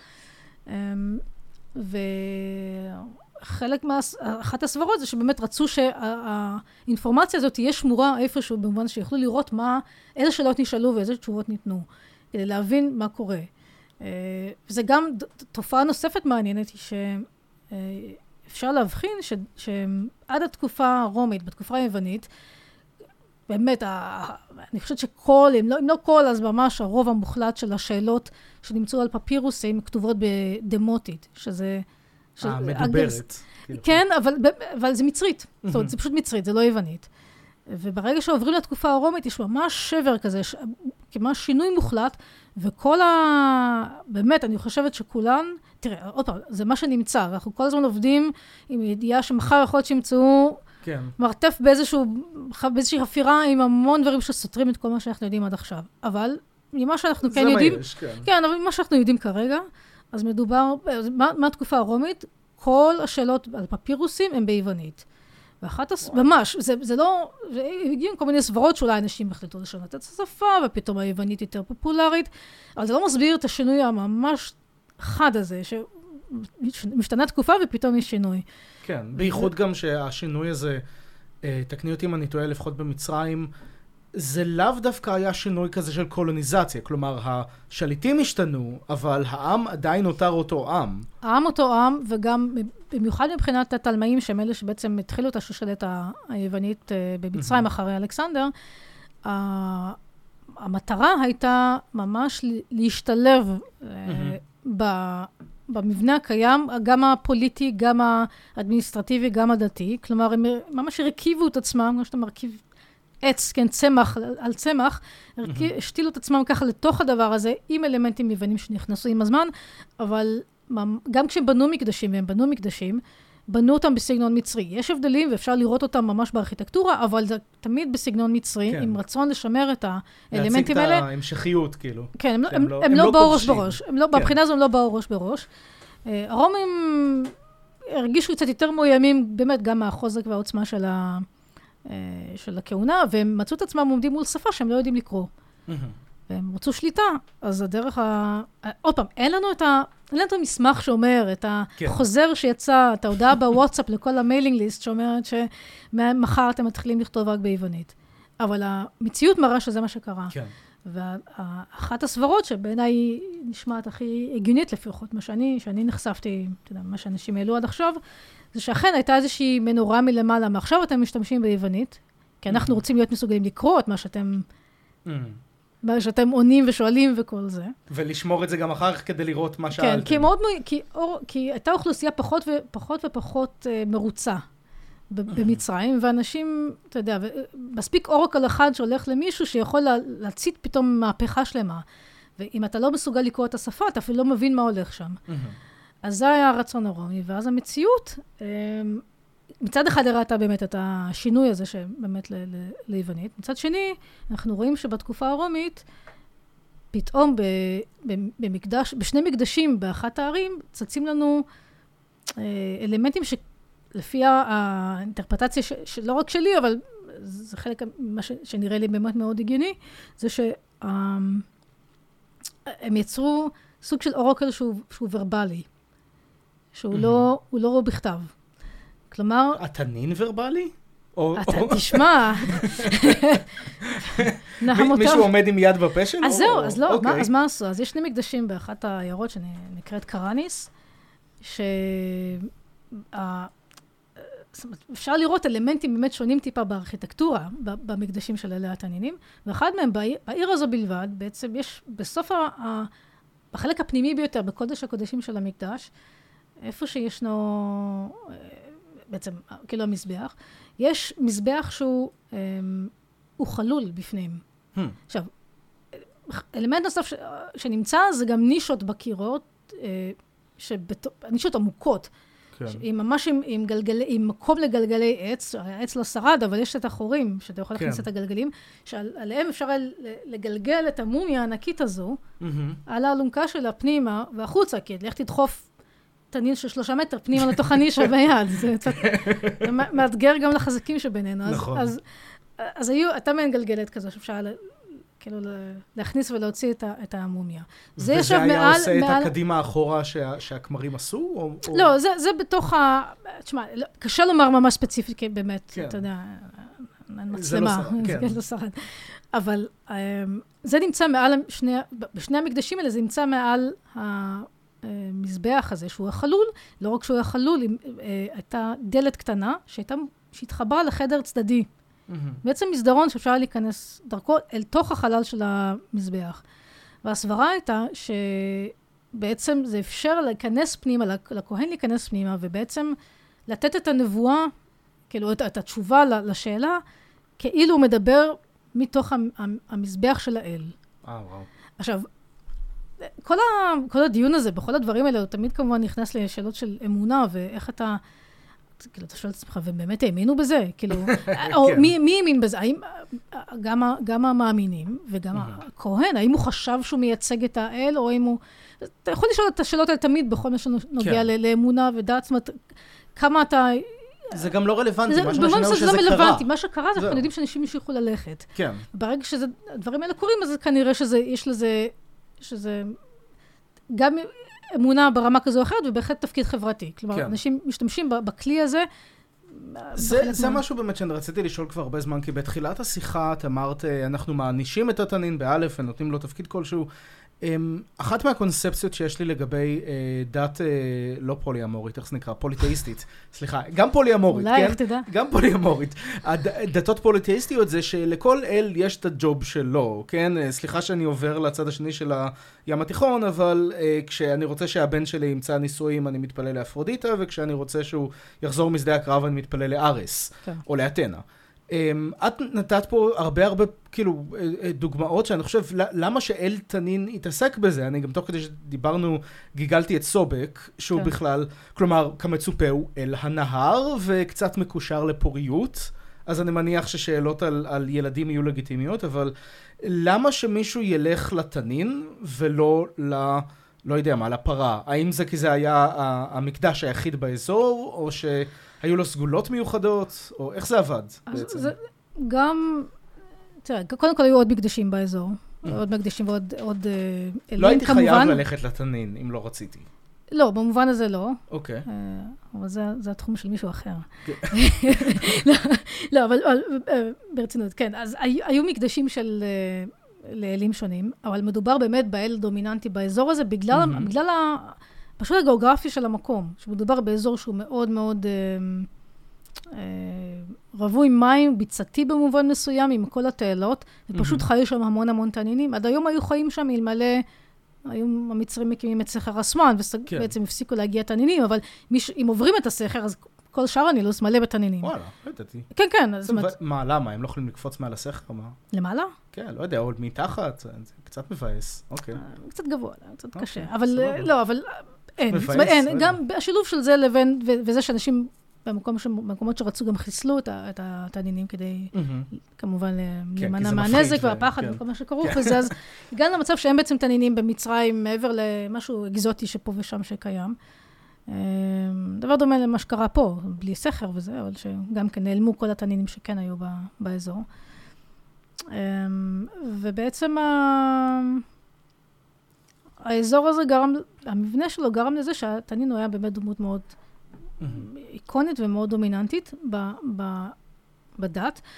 וחלק אחת הסברות זה שבאמת רצו שהאינפורמציה הזאת תהיה שמורה איפשהו, במובן שיוכלו לראות איזה שאלות נשאלו ואיזה תשובות ניתנו, כדי להבין מה קורה. וזה גם תופעה נוספת מעניינת, היא שאפשר להבחין שעד התקופה הרומית, בתקופה היוונית, באמת, אני חושבת שכל, אם לא כל, אז ממש הרוב המוחלט של השאלות שנמצאו על פפירוסים כתובות בדמוטית, שזה... מדוברת. כן, אבל זה מצרית. זאת אומרת, זה פשוט מצרית, זה לא יוונית. וברגע שעוברים לתקופה הרומית, יש ממש שבר כזה, כמעט שינוי מוחלט, וכל באמת, אני חושבת שכולן, תראה, עוד פעם, זה מה שנמצא, ואנחנו כל הזמן עובדים עם ידיעה שמחר יכול להיות שימצאו מרתף באיזושהי חפירה עם המון דברים שסותרים את כל מה שאנחנו יודעים עד עכשיו. אבל ממה שאנחנו כן יודעים, כן, אבל ממה שאנחנו יודעים כרגע, אז מדובר, מהתקופה הרומית, כל השאלות על פפירוסים הן ביוונית. ממש, זה לא, הגיעים כל מיני סברות שאולי אנשים החליטו לשנות את השפה, ופתאום היוונית יותר פופולרית, אבל זה לא מסביר את השינוי הממש חד הזה, שמשתנה תקופה ופתאום יש שינוי. כן, בייחוד גם שהשינוי הזה, תקני אותי אם אני טועה, לפחות במצרים, זה לאו דווקא היה שינוי כזה של קולוניזציה, כלומר, השליטים השתנו, אבל העם עדיין נותר אותו עם. העם אותו עם, וגם במיוחד מבחינת התלמאים, שהם אלה שבעצם התחילו את השושלת היוונית במצרים אחרי אלכסנדר, המטרה הייתה ממש להשתלב במבנה הקיים, גם הפוליטי, גם האדמיניסטרטיבי, גם הדתי. כלומר, הם ממש הרכיבו את עצמם, כמו שאתה מרכיב עץ, כן, צמח על צמח, השתילו את עצמם ככה לתוך הדבר הזה, עם אלמנטים יוונים שנכנסו עם הזמן, אבל גם כשהם בנו מקדשים, והם בנו מקדשים, בנו אותם בסגנון מצרי. יש הבדלים, ואפשר לראות אותם ממש בארכיטקטורה, אבל זה תמיד בסגנון מצרי, עם רצון לשמר את האלמנטים האלה. להציג את ההמשכיות, כאילו. כן, הם לא באו ראש בראש. בבחינה הזו הם לא באו ראש בראש. הרומים הרגישו קצת יותר מאוימים, באמת, גם מהחוזק והעוצמה של הכהונה, והם מצאו את עצמם עומדים מול שפה שהם לא יודעים לקרוא. והם רצו שליטה, אז הדרך עוד פעם, אין לנו את המסמך שאומר, את החוזר שיצא, את ההודעה בוואטסאפ לכל המיילינג ליסט, שאומרת שמחר אתם מתחילים לכתוב רק ביוונית. אבל המציאות מראה שזה מה שקרה. ואחת הסברות שבעיניי נשמעת הכי הגיונית, לפחות מה שאני נחשפתי, אתה יודע, מה שאנשים העלו עד עכשיו, זה שאכן הייתה איזושהי מנורה מלמעלה, מעכשיו אתם משתמשים ביוונית, כי אנחנו רוצים להיות מסוגלים לקרוא את מה שאתם עונים ושואלים וכל זה. ולשמור את זה גם אחר כך כדי לראות מה שאלתם. כן, כי הייתה אוכלוסייה פחות ופחות מרוצה במצרים, ואנשים, אתה יודע, מספיק אורקל אחד שהולך למישהו שיכול להצית פתאום מהפכה שלמה. ואם אתה לא מסוגל לקרוא את השפה, אתה אפילו לא מבין מה הולך שם. אז זה היה הרצון הרומי, ואז המציאות, מצד אחד הראתה באמת את השינוי הזה שבאמת ליוונית. מצד שני, אנחנו רואים שבתקופה הרומית, פתאום בשני מקדשים באחת הערים, צצים לנו אלמנטים שלפי האינטרפרטציה שלא רק שלי, אבל זה חלק מה שנראה לי באמת מאוד הגיוני, זה שהם יצרו סוג של אורקל שהוא ורבלי, שהוא לא בכתב. כלומר... התנין ורבלי? תשמע. מישהו עומד עם יד בפה שלו? אז זהו, אז לא, אז מה עשו? אז יש שני מקדשים באחת העיירות שנקראת קרניס, אפשר לראות אלמנטים באמת שונים טיפה בארכיטקטורה, במקדשים של אלה התנינים, ואחד מהם, בעיר הזו בלבד, בעצם יש בסוף בחלק הפנימי ביותר, בקודש הקודשים של המקדש, איפה שישנו, בעצם, כאילו המזבח, יש מזבח שהוא חלול בפנים. עכשיו, אלמנט נוסף שנמצא זה גם נישות בקירות, נישות עמוקות, ממש עם מקום לגלגלי עץ, העץ לא שרד, אבל יש את החורים, שאתה יכול להכניס את הגלגלים, שעליהם אפשר לגלגל את המומיה הענקית הזו, על האלונקה שלה פנימה והחוצה, כי לך תדחוף תנין של 3 מטר פנימה לתוך הנישה ביד. זה מאתגר גם לחזקים שבינינו. אז הייתה מעין גלגלת כזו, שאפשר כאילו להכניס ולהוציא את המומיה. וזה היה עושה את הקדימה האחורה שהכמרים עשו? לא, זה בתוך תשמע, קשה לומר ממש ספציפית, באמת, אתה יודע, מצלמה, זה לא שרד. אבל זה נמצא מעל, בשני המקדשים האלה, זה נמצא מעל המזבח הזה, שהוא החלול. לא רק שהוא החלול, הייתה דלת קטנה, שהתחברה לחדר צדדי. בעצם מסדרון שאפשר להיכנס דרכו אל תוך החלל של המזבח. והסברה הייתה שבעצם זה אפשר להיכנס פנימה, לכהן להיכנס פנימה, ובעצם לתת את הנבואה, כאילו את התשובה לשאלה, כאילו הוא מדבר מתוך המזבח של האל. וואו. עכשיו, כל הדיון הזה, בכל הדברים האלה, הוא תמיד כמובן נכנס לשאלות של אמונה, ואיך אתה... כאילו, אתה שואל את עצמך, והם באמת האמינו בזה? כאילו, או מי האמין בזה? האם גם המאמינים וגם הכהן, האם הוא חשב שהוא מייצג את האל, או האם הוא... אתה יכול לשאול את השאלות האלה תמיד, בכל מה שנוגע לאמונה ודעת, זאת אומרת, כמה אתה... זה גם לא רלוונטי, מה שמשנה הוא שזה לא קרה. רלוונטי. מה שקרה זה, אנחנו יודעים שאנשים ימשיכו ללכת. כן. ברגע שהדברים האלה קורים, אז כנראה שיש לזה, שזה גם אמונה ברמה כזו או אחרת, ובהחלט תפקיד חברתי. כלומר, אנשים משתמשים בכלי הזה. זה משהו באמת שאני רציתי לשאול כבר הרבה זמן, כי בתחילת השיחה את אמרת, אנחנו מענישים את התנין באלף, ונותנים לו תפקיד כלשהו. אחת מהקונספציות שיש לי לגבי דת לא פוליאמורית, איך זה נקרא? פוליתאיסטית. סליחה, גם פוליאמורית, כן? אולי, איך תדע? גם פוליאמורית. הדתות פוליתאיסטיות זה שלכל אל יש את הג'וב שלו, כן? סליחה שאני עובר לצד השני של הים התיכון, אבל כשאני רוצה שהבן שלי ימצא נישואים, אני מתפלל לאפרודיטה, וכשאני רוצה שהוא יחזור משדה הקרב, אני מתפלל לארס, או לאתנה. את נתת פה הרבה כאילו דוגמאות שאני חושב למה שאל תנין יתעסק בזה. אני גם תוך כדי שדיברנו גיגלתי את סובק שהוא בכלל, כלומר כמצופה הוא אל הנהר וקצת מקושר לפוריות, אז אני מניח ששאלות על ילדים יהיו לגיטימיות, אבל למה שמישהו ילך לתנין ולא לא יודע מה, לפרה? האם זה כי זה היה המקדש היחיד באזור, או שהיו לו סגולות מיוחדות, או איך זה עבד בעצם? זה גם, תראה, קודם כל היו עוד מקדשים באזור, עוד מקדשים ועוד אלים, כמובן. לא הייתי חייב ללכת לתנין, אם לא רציתי. לא, במובן הזה לא. אוקיי. אבל זה התחום של מישהו אחר. לא, אבל ברצינות, כן. אז היו מקדשים של... לאלים שונים, אבל מדובר באמת באל דומיננטי באזור הזה, בגלל פשוט הגיאוגרפיה של המקום, שמדובר באזור שהוא מאוד מאוד רווי מים, ביצתי במובן מסוים, עם כל התעלות, ופשוט חיו שם המון תנינים. עד היום היו חיים שם אלמלא, היו המצרים מקימים את סכר אסואן, ובעצם הפסיקו להגיע תנינים, אבל אם עוברים את הסכר, אז כל שאר הנילוס מלא בתנינים. וואלה, לא ידעתי. כן, כן. מה, למה? הם לא יכולים לקפוץ מעל הסכר? מה? למעלה? כן, לא יודע, עוד מתחת, זה קצת מבאס. אוקיי. קצת גבוה, קצת קשה. אבל לא, אבל אין. מבאס. גם השילוב של זה לבין, וזה שאנשים במקומות שרצו גם חיסלו את התנינים כדי, כמובן, להימנע מהנזק והפחד וכל מה שכרוך וזה, אז הגענו למצב שהם בעצם תנינים במצרים, מעבר למשהו אקזוטי שפה ושם שקיים. דבר דומה למה שקרה פה, בלי סכר וזה, אבל שגם כן נעלמו כל התנינים שכן היו באזור. ובעצם האזור הזה גרם, המבנה שלו גרם לזה שהתנין היה באמת דמות מאוד איקונית ומאוד דומיננטית בדת.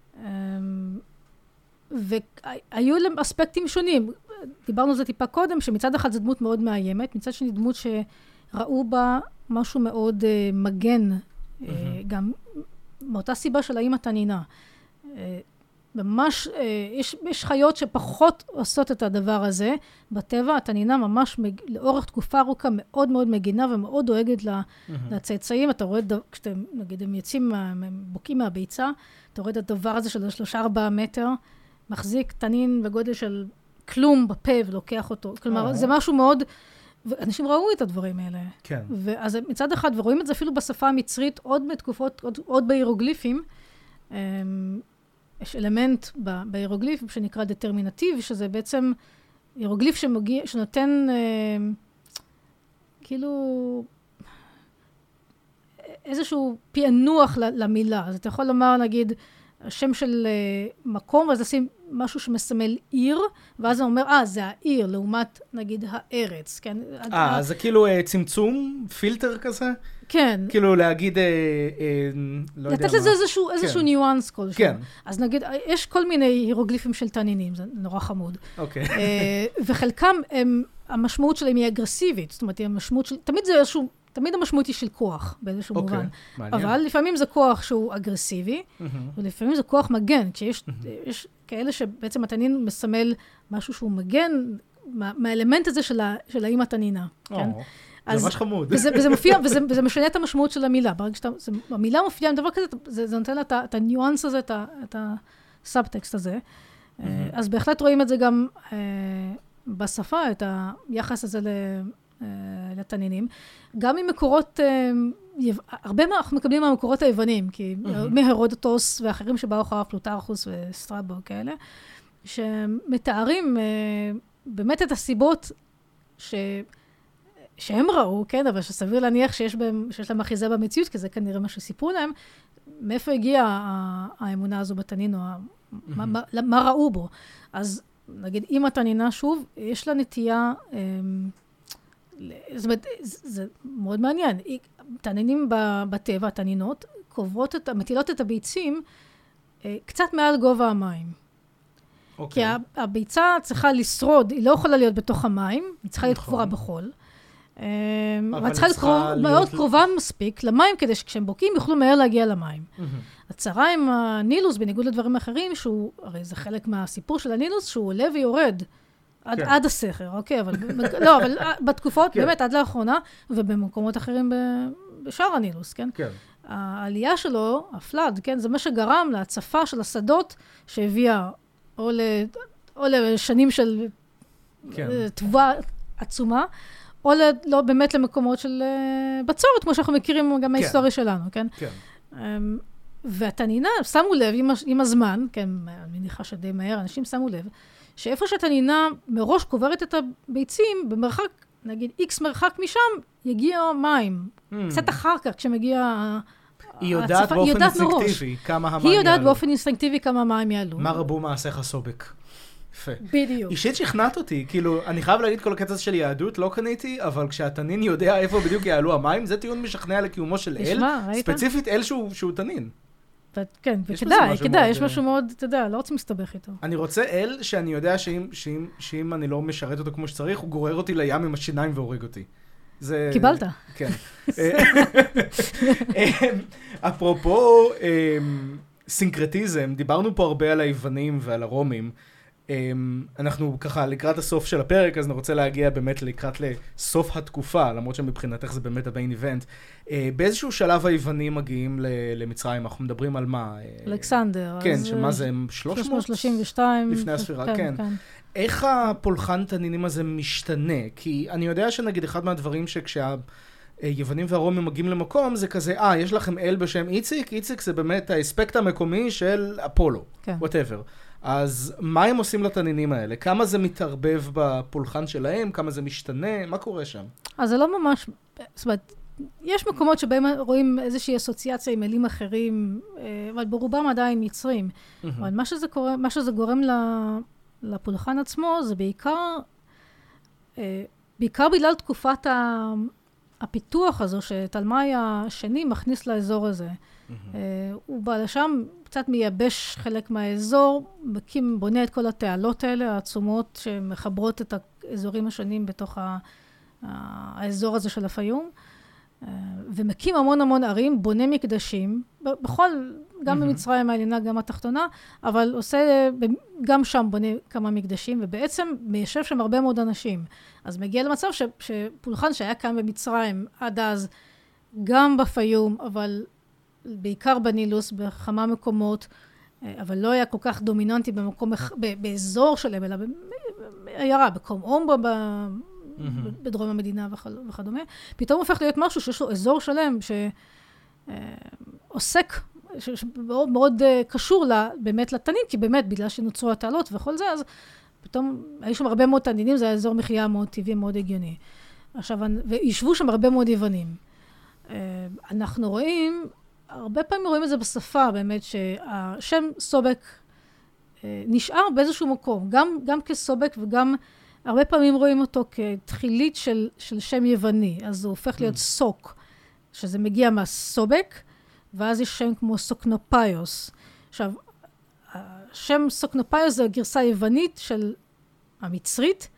והיו להם אספקטים שונים. דיברנו על זה טיפה קודם, שמצד אחד זו דמות מאוד מאיימת, מצד שני דמות שראו בה משהו מאוד מגן, גם מאותה סיבה של האמא תנינה. ממש, יש חיות שפחות עושות את הדבר הזה. בטבע, התנינה ממש לאורך תקופה ארוכה מאוד מאוד מגינה ומאוד דואגת לצאצאים. אתה רואה, כשאתם, נגיד, הם יצאים, הם בוקעים מהביצה, אתה רואה את הדבר הזה של 3-4 מטר, מחזיק תנין בגודל של כלום בפה ולוקח אותו. כלומר, זה משהו מאוד, ואנשים ראו את הדברים האלה. כן. ואז מצד אחד, ורואים את זה אפילו בשפה המצרית, עוד מתקופות, עוד בהירוגליפים, יש אלמנט בהירוגליף שנקרא דטרמינטיב, שזה בעצם הירוגליף שנותן כאילו איזשהו פענוח למילה. אז אתה יכול לומר, נגיד, השם של מקום, ואז לשים משהו שמסמל עיר, ואז זה אומר, זה העיר, לעומת, נגיד, הארץ, כן? זה כאילו צמצום, פילטר כזה? כן. כאילו להגיד, לא יודע מה. לתת לזה איזשהו ניואנס כלשהו. כן. אז נגיד, יש כל מיני הירוגליפים של תנינים, זה נורא חמוד. אוקיי. וחלקם, המשמעות שלהם היא אגרסיבית, זאת אומרת, המשמעות של, תמיד המשמעות היא של כוח, באיזשהו מובן. אבל לפעמים זה כוח שהוא אגרסיבי, ולפעמים זה כוח מגן, כשיש כאלה שבעצם התנין מסמל משהו שהוא מגן, מהאלמנט הזה של האמא תנינה. זה ממש חמוד. וזה מופיע, וזה משנה את המשמעות של המילה. ברגע שהמילה מופיעה עם דבר כזה, זה נותן לה את הניואנס הזה, את הסאבטקסט הזה. אז בהחלט רואים את זה גם בשפה, את היחס הזה לתנינים. גם עם מקורות, הרבה מה אנחנו מקבלים מהמקורות היוונים, כי מהרודוטוס ואחרים שבאו אחריו, פלוטרכוס וסטרבו כאלה, שמתארים באמת את הסיבות שהם ראו, כן, אבל שסביר להניח שיש להם אחיזה במציאות, כי זה כנראה מה שסיפרו להם, מאיפה הגיעה האמונה הזו בתנין, או מה ראו בו. אז נגיד, אם התנינה שוב, יש לה נטייה, זאת אומרת, זה מאוד מעניין. תנינים בטבע, התנינות, מטילות את הביצים קצת מעל גובה המים. כי הביצה צריכה לשרוד, היא לא יכולה להיות בתוך המים, היא צריכה להיות קבורה בחול. אבל צריכה להיות מאוד קרובה מספיק למים, כדי שכשהם בוקעים יוכלו מהר להגיע למים. הצרה עם הנילוס, בניגוד לדברים אחרים, הרי זה חלק מהסיפור של הנילוס, שהוא עולה ויורד עד הסכר, אוקיי? אבל בתקופות, באמת, עד לאחרונה, ובמקומות אחרים בשאר הנילוס, כן? העלייה שלו, הפלד, כן? זה מה שגרם להצפה של השדות שהביאה או לשנים של תבואה עצומה, או לא באמת למקומות של בצורת, כמו שאנחנו מכירים גם מההיסטוריה שלנו, כן? והתנינה, שמו לב עם הזמן, כן, אני מניחה שדי מהר, אנשים שמו לב, שאיפה שהתנינה מראש קוברת את הביצים, במרחק, נגיד, X מרחק משם, יגיע מים. קצת אחר כך, כשמגיע היא יודעת באופן אינסטינקטיבי כמה המים יעלו. היא יודעת באופן אינסטינקטיבי כמה המים יעלו. מה רבו מעשיך סובק. יפה. בדיוק. אישית שכנעת אותי, כאילו, אני חייב להגיד כל הקטע של יהדות, לא קניתי, אבל כשהתנין יודע איפה בדיוק יעלו המים, זה טיעון משכנע לקיומו של אל, ספציפית אל שהוא תנין. כן, וכדאי, יש משהו מאוד, אתה יודע, לא רוצים להסתבך איתו. אני רוצה אל שאני יודע שאם אני לא משרת אותו כמו שצריך, הוא גורר אותי לים עם השיניים והורג אותי. קיבלת. כן. אפרופו סינקרטיזם, דיברנו פה הרבה על היוונים ועל הרומים. אנחנו ככה לקראת הסוף של הפרק, אז אני רוצה להגיע באמת לקראת לסוף התקופה, למרות שמבחינתך זה באמת הביין איבנט. באיזשהו שלב היוונים מגיעים למצרים, אנחנו מדברים על מה? אלכסנדר. כן, שמה זה? 332. לפני הספירה, כן. איך הפולחן תנינים הזה משתנה? כי אני יודע שנגיד אחד מהדברים היוונים והרומים מגיעים למקום, זה כזה, יש לכם אל בשם איציק, איציק זה באמת האספקט המקומי של אפולו, whatever. אז מה הם עושים לתנינים האלה? כמה זה מתערבב בפולחן שלהם? כמה זה משתנה? מה קורה שם? אז זה לא ממש, זאת אומרת, יש מקומות שבהם רואים איזושהי אסוציאציה עם אלים אחרים, אבל ברובם עדיין מצרים. אבל מה שזה גורם לפולחן עצמו, זה בעיקר בגלל תקופת הפיתוח הזו שתלמי השני מכניס לאזור הזה. הוא בא לשם, קצת מייבש חלק מהאזור, בונה את כל התעלות האלה, העצומות שמחברות את האזורים השונים בתוך האזור הזה של הפיום, ומקים המון המון ערים, בונה מקדשים, גם במצרים העליונה, גם התחתונה, אבל גם שם בונה כמה מקדשים, ובעצם מיישב שם הרבה מאוד אנשים. אז מגיע למצב שפולחן שהיה כאן במצרים עד אז, גם בפיום, אבל בעיקר בנילוס, בכמה מקומות, אבל לא היה כל כך דומיננטי באזור שלהם, אלא בעיירה, בקומומבה, בדרום המדינה וכדומה. פתאום הופך להיות משהו שיש לו אזור שלם שעוסק, שמאוד מאוד קשור באמת לתנין, כי באמת בגלל שנוצרו התעלות וכל זה, אז פתאום היו שם הרבה מאוד תנינים, זה היה אזור מחיה מאוד טבעי, מאוד הגיוני. עכשיו, וישבו שם הרבה מאוד יוונים. אנחנו רואים, הרבה פעמים רואים את זה בשפה, באמת, שהשם סובק נשאר באיזשהו מקום, גם כסובק וגם הרבה פעמים רואים אותו כתחילית של שם יווני, אז הוא הופך להיות סוק, שזה מגיע מהסובק, ואז יש שם כמו סוקנופיוס. עכשיו, השם סוקנופיוס זה הגרסה היוונית של המצרית,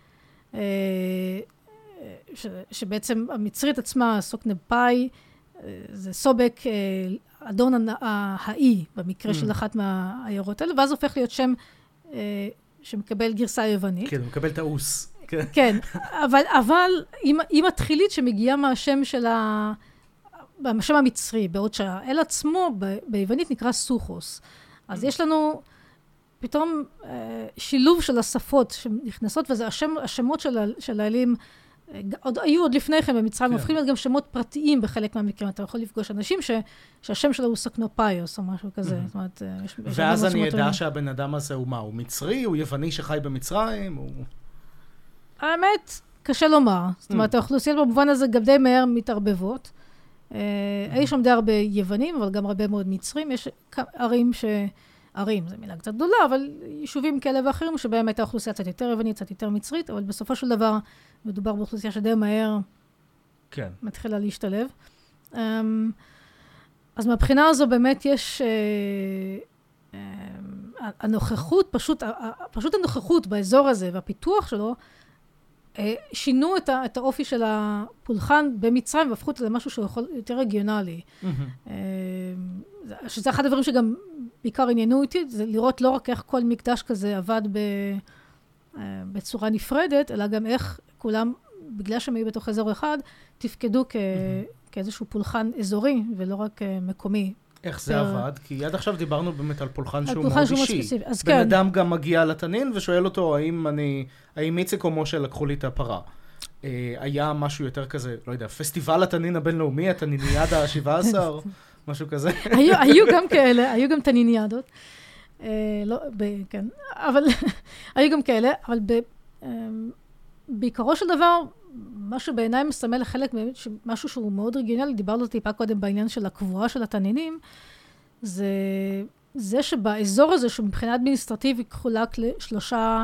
שבעצם המצרית עצמה, סוקנופאי, זה סובק אדון האי, במקרה של אחת מהעיירות האלה, ואז הופך להיות שם שמקבל גרסה יוונית. כן, הוא מקבל את האוס. כן, אבל עם התחילית שמגיעה מהשם של השם המצרי, בעוד שהאל עצמו ביוונית נקרא סוכוס. אז יש לנו פתאום שילוב של השפות שנכנסות, וזה השמות של האלים, היו עוד לפני כן במצרים, הופכים להיות גם שמות פרטיים בחלק מהמקרים. אתה יכול לפגוש אנשים שהשם שלו הוא סוקנופיוס או משהו כזה. ואז אני אדע שהבן אדם הזה הוא מה? הוא מצרי? הוא יווני שחי במצרים? האמת, קשה לומר. זאת אומרת, האוכלוסיות במובן הזה גם די מהר מתערבבות. היו שם די הרבה יוונים, אבל גם הרבה מאוד מצרים. יש ערים ערים, זו מילה קצת גדולה, אבל יישובים כאלה ואחרים שבהם הייתה אוכלוסייה קצת יותר יוונית, קצת יותר מצרית, אבל בסופו של דבר מדובר באוכלוסייה שדי מהר מתחילה להשתלב. אז מהבחינה הזו באמת יש הנוכחות, פשוט הנוכחות באזור הזה והפיתוח שלו, שינו את האופי של הפולחן במצרים והפכו אותו למשהו שהוא יכול יותר רגיונלי. שזה אחד הדברים שגם בעיקר עניינו איתי, זה לראות לא רק איך כל מקדש כזה עבד בצורה נפרדת, אלא גם איך כולם, בגלל שהם היו בתוך אזור אחד, תפקדו כאיזשהו פולחן אזורי ולא רק מקומי. איך זה עבד? כי עד עכשיו דיברנו באמת על פולחן שהוא מאוד אישי. בן אדם גם מגיע לתנין ושואל אותו, האם איציק או משה לקחו לי את הפרה? היה משהו יותר כזה, לא יודע, פסטיבל התנין הבינלאומי, התניניאדה ה-17, משהו כזה. היו גם כאלה, היו גם תניניאדות. כן, אבל היו גם כאלה, אבל בעיקרו של דבר, מה שבעיניי מסמל לחלק משהו שהוא מאוד רגיונלי, דיברנו טיפה קודם בעניין של הקבורה של התנינים, זה שבאזור הזה, שמבחינה אדמיניסטרטיבית חולק לשלושה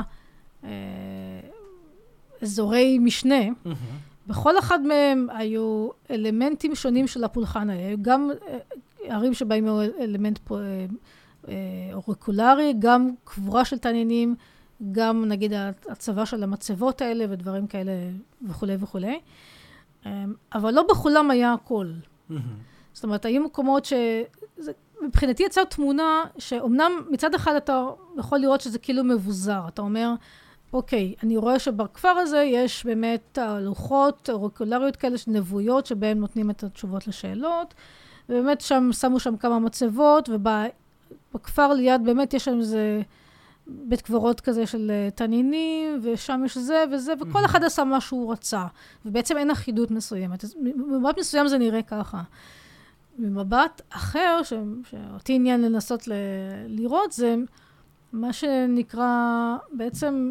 אזורי משנה, בכל אחד מהם היו אלמנטים שונים של הפולחן. היו גם ערים שבהם היו אלמנט אוריקולרי, גם קבורה של תנינים, גם נגיד הצבא של המצבות האלה ודברים כאלה וכו' וכו'. אבל לא בכולם היה הכל. זאת אומרת, היו מקומות מבחינתי יצאה תמונה שאומנם מצד אחד אתה יכול לראות שזה כאילו מבוזר. אתה אומר, אוקיי, אני רואה שבכפר הזה יש באמת לוחות אורקולריות כאלה, נבואיות, שבהם נותנים את התשובות לשאלות, ובאמת שמו שם כמה מצבות, ובכפר ליד באמת יש שם איזה בית קברות כזה של תנינים, ושם יש זה וזה, וכל אחד עשה מה שהוא רצה. ובעצם אין אחידות מסוימת. במבט מסוים זה נראה ככה. במבט אחר, שאותי עניין לנסות לראות, זה מה שנקרא בעצם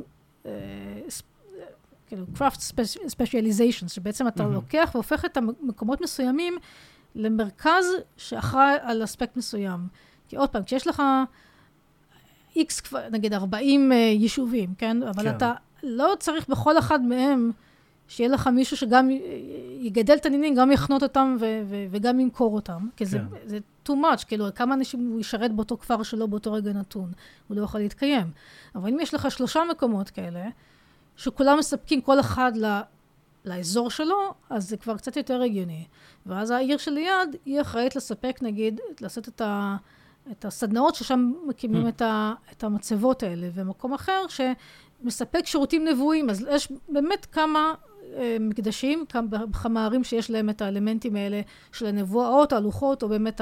כאילו craft specialization, שבעצם אתה לוקח והופך את המקומות מסוימים למרכז שאחראי על אספקט מסוים. כי עוד פעם, כשיש לך X, נגיד 40 יישובים, כן? אבל אתה לא צריך בכל אחד מהם שיהיה לך מישהו שגם יגדל תנינים, גם יחנות אותם וגם ימכור אותם. כי זה too much, כאילו, כמה אנשים הוא ישרת באותו כפר שלו באותו רגע נתון. הוא לא יכול להתקיים. אבל אם יש לך 3 מקומות כאלה, שכולם מספקים כל אחד לאזור שלו, אז זה כבר קצת יותר הגיוני. ואז העיר שליד היא אחראית לספק, נגיד, לעשות את הסדנאות ששם מקימים את המצבות האלה, ומקום אחר שמספק שירותים נבואים. אז יש באמת כמה מקדשים, כמה ערים שיש להם את האלמנטים האלה של הנבואות, הלוחות, או באמת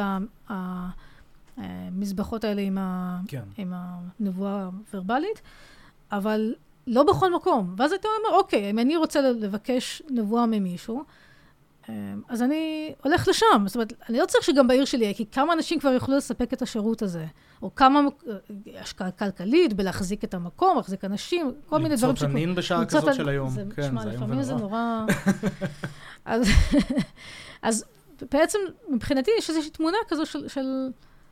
המזבחות האלה עם הנבואה הוורבלית, אבל לא בכל מקום. ואז אתה אומר, אוקיי, אם אני רוצה לבקש נבואה ממישהו, אז אני הולך לשם. זאת אומרת, אני לא צריך שגם בעיר שלי, כי כמה אנשים כבר יוכלו לספק את השירות הזה, או כמה השקעה כלכלית בלהחזיק את המקום, להחזיק אנשים, כל מיני דברים. למצוא תנין בשעה כזאת של היום. כן, זה לפעמים זה נורא. אז בעצם, מבחינתי, יש איזושהי תמונה כזו של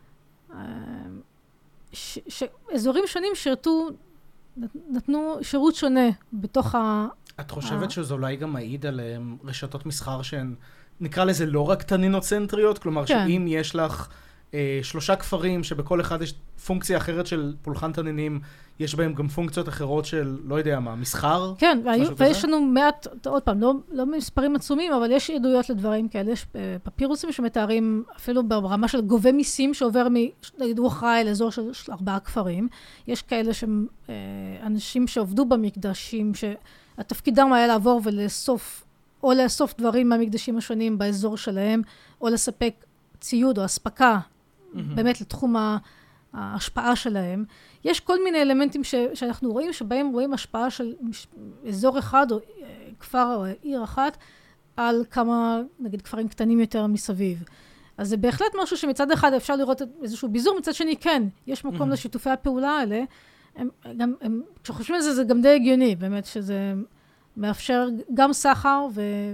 שאזורים שונים נתנו שירות שונה בתוך את חושבת שזה אולי גם מעיד עליהם רשתות מסחר שהן, נקרא לזה לא רק תנינוצנטריות? כלומר, שאם יש לך 3 כפרים שבכל אחד יש פונקציה אחרת של פולחן תנינים, יש בהם גם פונקציות אחרות של, לא יודע מה, מסחר? כן, ויש לנו מעט, עוד פעם, לא מספרים עצומים, אבל יש עדויות לדברים כאלה. יש פפירוסים שמתארים אפילו ברמה של גובה מיסים שעובר נגיד הוא אחראי לאזור של 4 כפרים. יש כאלה אנשים שעובדו במקדשים, התפקידם היה לעבור ולאסוף, או לאסוף דברים מהמקדשים השונים באזור שלהם, או לספק ציוד או הספקה, באמת לתחום ההשפעה שלהם. יש כל מיני אלמנטים שאנחנו רואים, שבהם רואים השפעה של אזור אחד, או כפר או עיר אחת, על כמה, נגיד, כפרים קטנים יותר מסביב. אז זה בהחלט משהו שמצד אחד אפשר לראות איזשהו ביזור, מצד שני כן, יש מקום לשיתופי הפעולה האלה, כשחושבים על זה, זה גם די הגיוני, באמת, שזה מאפשר גם סחר,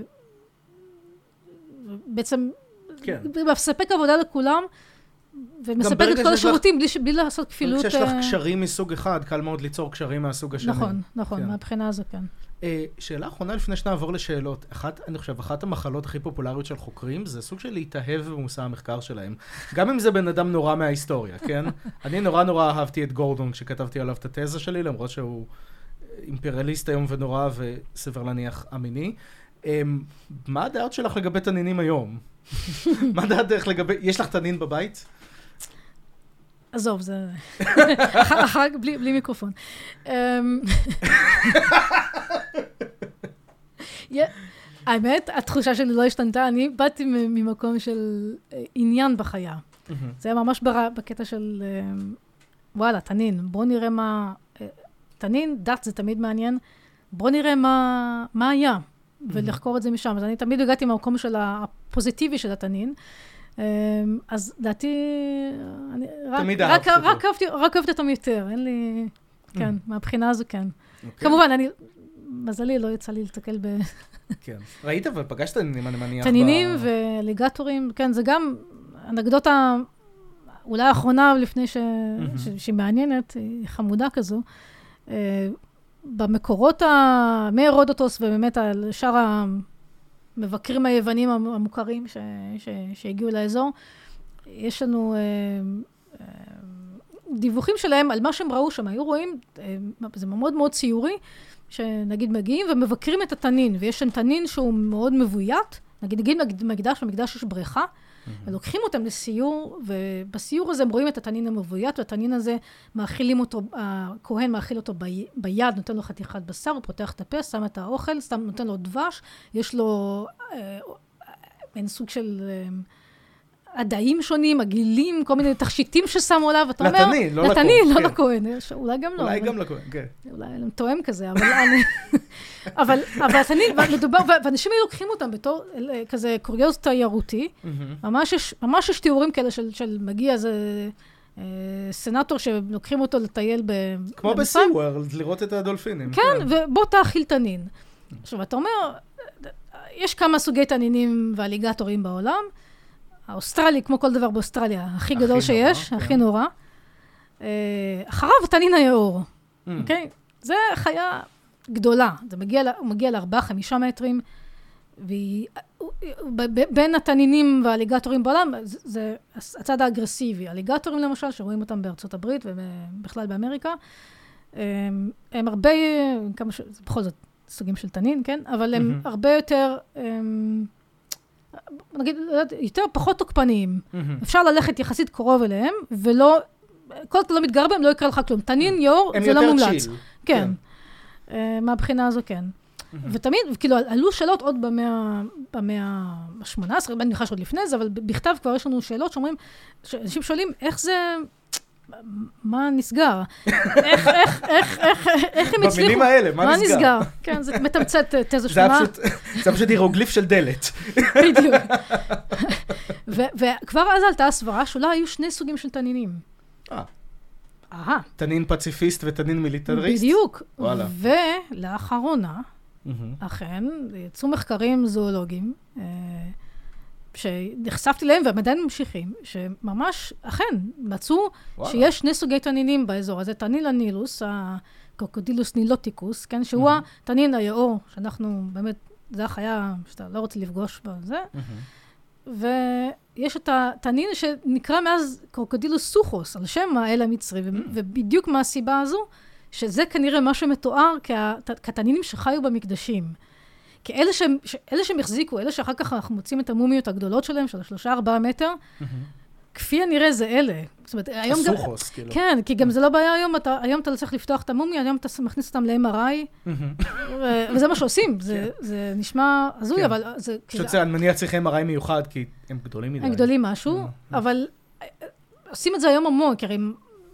ובעצם מספק עבודה לכולם, ומספק את כל השירותים בלי לעשות כפילות. כשיש לך קשרים מסוג אחד, קל מאוד ליצור קשרים מהסוג השני. נכון, מהבחינה הזו כן. שאלה אחרונה לפני שנעבור לשאלות. אני חושב, אחת המחלות הכי פופולריות של חוקרים, זה סוג של להתאהב במושא המחקר שלהם. גם אם זה בן אדם נורא מההיסטוריה, כן? אני נורא אהבתי את גורדון כשכתבתי עליו את התזה שלי, למרות שהוא אימפריאליסט היום ונורא וסבר להניח אמיני. מה הדעת שלך לגבי תנינים היום? מה דעתך לגבי... יש לך תנין בבית? עזוב, זה... בלי מיקרופון. האמת, התחושה שלי לא השתנתה. אני באתי ממקום של עניין בחיה. זה היה ממש בקטע של... וואלה, תנין. בוא נראה מה... תנין, דת זה תמיד מעניין. בוא נראה מה היה. ולחקור את זה משם. אז אני תמיד הגעתי מהמקום של הפוזיטיבי של התנין. אז דעתי, רק אהבתי אותם יותר, אין לי, כן, מהבחינה הזו כן. כמובן, מזלי לא יצא לי לתקל כן. ראית ופגשת תנינים, אני מניח. תנינים ואליגטורים, כן, זה גם אנקדוטה, אולי האחרונה לפני שהיא מעניינת, היא חמודה כזו. במקורות מהרודוטוס ובאמת על שאר המבקרים היוונים המוכרים שהגיעו לאזור, יש לנו דיווחים שלהם על מה שהם ראו שם. היו רואים, זה מאוד מאוד ציורי, שנגיד מגיעים ומבקרים את התנין, ויש שם תנין שהוא מאוד מבוית, נגיד במקדש יש בריכה, ולוקחים אותם לסיור, ובסיור הזה הם רואים את התנין המבוית, והתנין הזה מאכילים אותו, הכהן מאכיל אותו ביד, נותן לו חתיכת בשר, הוא פותח את הפה, שם את האוכל, נותן לו דבש, יש לו אין סוג של עדיים שונים, עגילים, כל מיני תכשיטים ששמו עליו, ואתה אומר... לתנין, לא לכהן. לתנין, לא לכהן, אולי גם לא. אולי גם לכהן, כן. אולי הם תואם כזה, אבל התנין, מדובר, ואנשים היו לוקחים אותם בתור כזה קוריוז תיירותי, ממש יש תיאורים כאלה של מגיע איזה סנטור שלוקחים אותו לטייל כמו בסי-וורלד, לראות את הדולפינים. כן, ובוא תאכיל תנין. עכשיו, אתה אומר, יש כמה סוגי תנינים ואליגטורים בעולם, האוסטרלי, כמו כל דבר באוסטרליה, הכי גדול שיש, הכי נורא. אחריו, תנין היעור. אוקיי? זה חיה גדולה. זה מגיע ל4-5 מטרים, בין התנינים והאליגטורים בעולם, זה הצד האגרסיבי. אליגטורים למשל, שרואים אותם בארצות הברית ובכלל באמריקה, הם הרבה, בכל זאת סוגים של תנין, כן? אבל הם הרבה יותר... נגיד, יותר פחות תוקפניים. אפשר ללכת יחסית קרוב אליהם, ולא, כל עוד לא מתגר בהם, לא יקרה לך כלום. תנין יור, זה לא מומלץ. הם יותר צ'יל. כן. מהבחינה הזו כן. ותמיד, כאילו, עלו שאלות עוד במאה ה-18, אני מניחה שעוד לפני זה, אבל בכתב כבר יש לנו שאלות שאומרים, אנשים שואלים, איך זה... מה נסגר? איך הם הצליחו? במילים האלה, מה נסגר? כן, זה מתמצת תזה שונה. זה פשוט הירוגליף של דלת. בדיוק. וכבר אז עלתה הסברה שאולי היו 2 סוגים של תנינים. תנין פציפיסט ותנין מיליטריסט? בדיוק. ולאחרונה, אכן, יצאו מחקרים זואולוגיים, שנחשפתי להם, והם עדיין ממשיכים, שממש, אכן, מצאו שיש 2 סוגי תנינים באזור הזה, תנין הנילוס, הקרוקודילוס נילוטיקוס, כן, שהוא התנין היעור, שאנחנו באמת, זה החיה שאתה לא רוצה לפגוש בזה, ויש את התנין שנקרא מאז קרוקודילוס סוכוס, על שם האל המצרי, ובדיוק מהסיבה הזו, שזה כנראה מה שמתואר כתנינים שחיו במקדשים. כי אלה שהם החזיקו, אלה שאחר כך אנחנו מוצאים את המומיות הגדולות שלהם, של 3-4 מטר, כפי הנראה זה אלה. זאת אומרת, היום גם... הסוכוס, כאילו. כן, כי גם זה לא בעיה היום, היום אתה לא צריך לפתוח את המומיה, היום אתה מכניס אותם ל-MRI, וזה מה שעושים. זה נשמע הזוי, אבל זה... פשוט אני מניח צריך MRI מיוחד, כי הם גדולים מדי. הם גדולים משהו, אבל עושים את זה היום המון, כי הרי...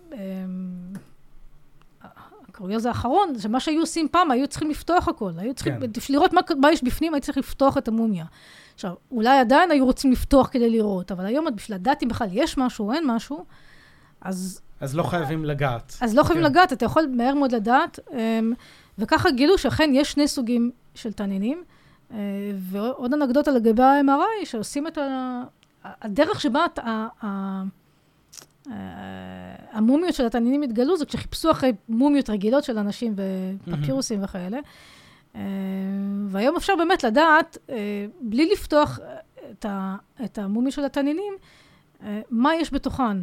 הקוריוז האחרון, שמה שהיו עושים פעם, היו צריכים לפתוח הכל. היו צריכים, בשביל לראות מה יש בפנים, היו צריכים לפתוח את המומיה. עכשיו, אולי עדיין היו רוצים לפתוח כדי לראות, אבל היום, בשביל לדעת אם בכלל יש משהו או אין משהו, אז לא חייבים לגעת. אז לא חייבים לגעת, אתה יכול מהר מאוד לדעת, וככה גילו שאכן יש 2 סוגים של תנינים, ועוד אנקדוטה לגבי ה-MRI, שעושים את הדרך שבה המומיות של התנינים התגלו, זה כשחיפשו אחרי מומיות רגילות של אנשים ופפירוסים וכאלה. והיום אפשר באמת לדעת, בלי לפתוח את המומיות של התנינים, מה יש בתוכן.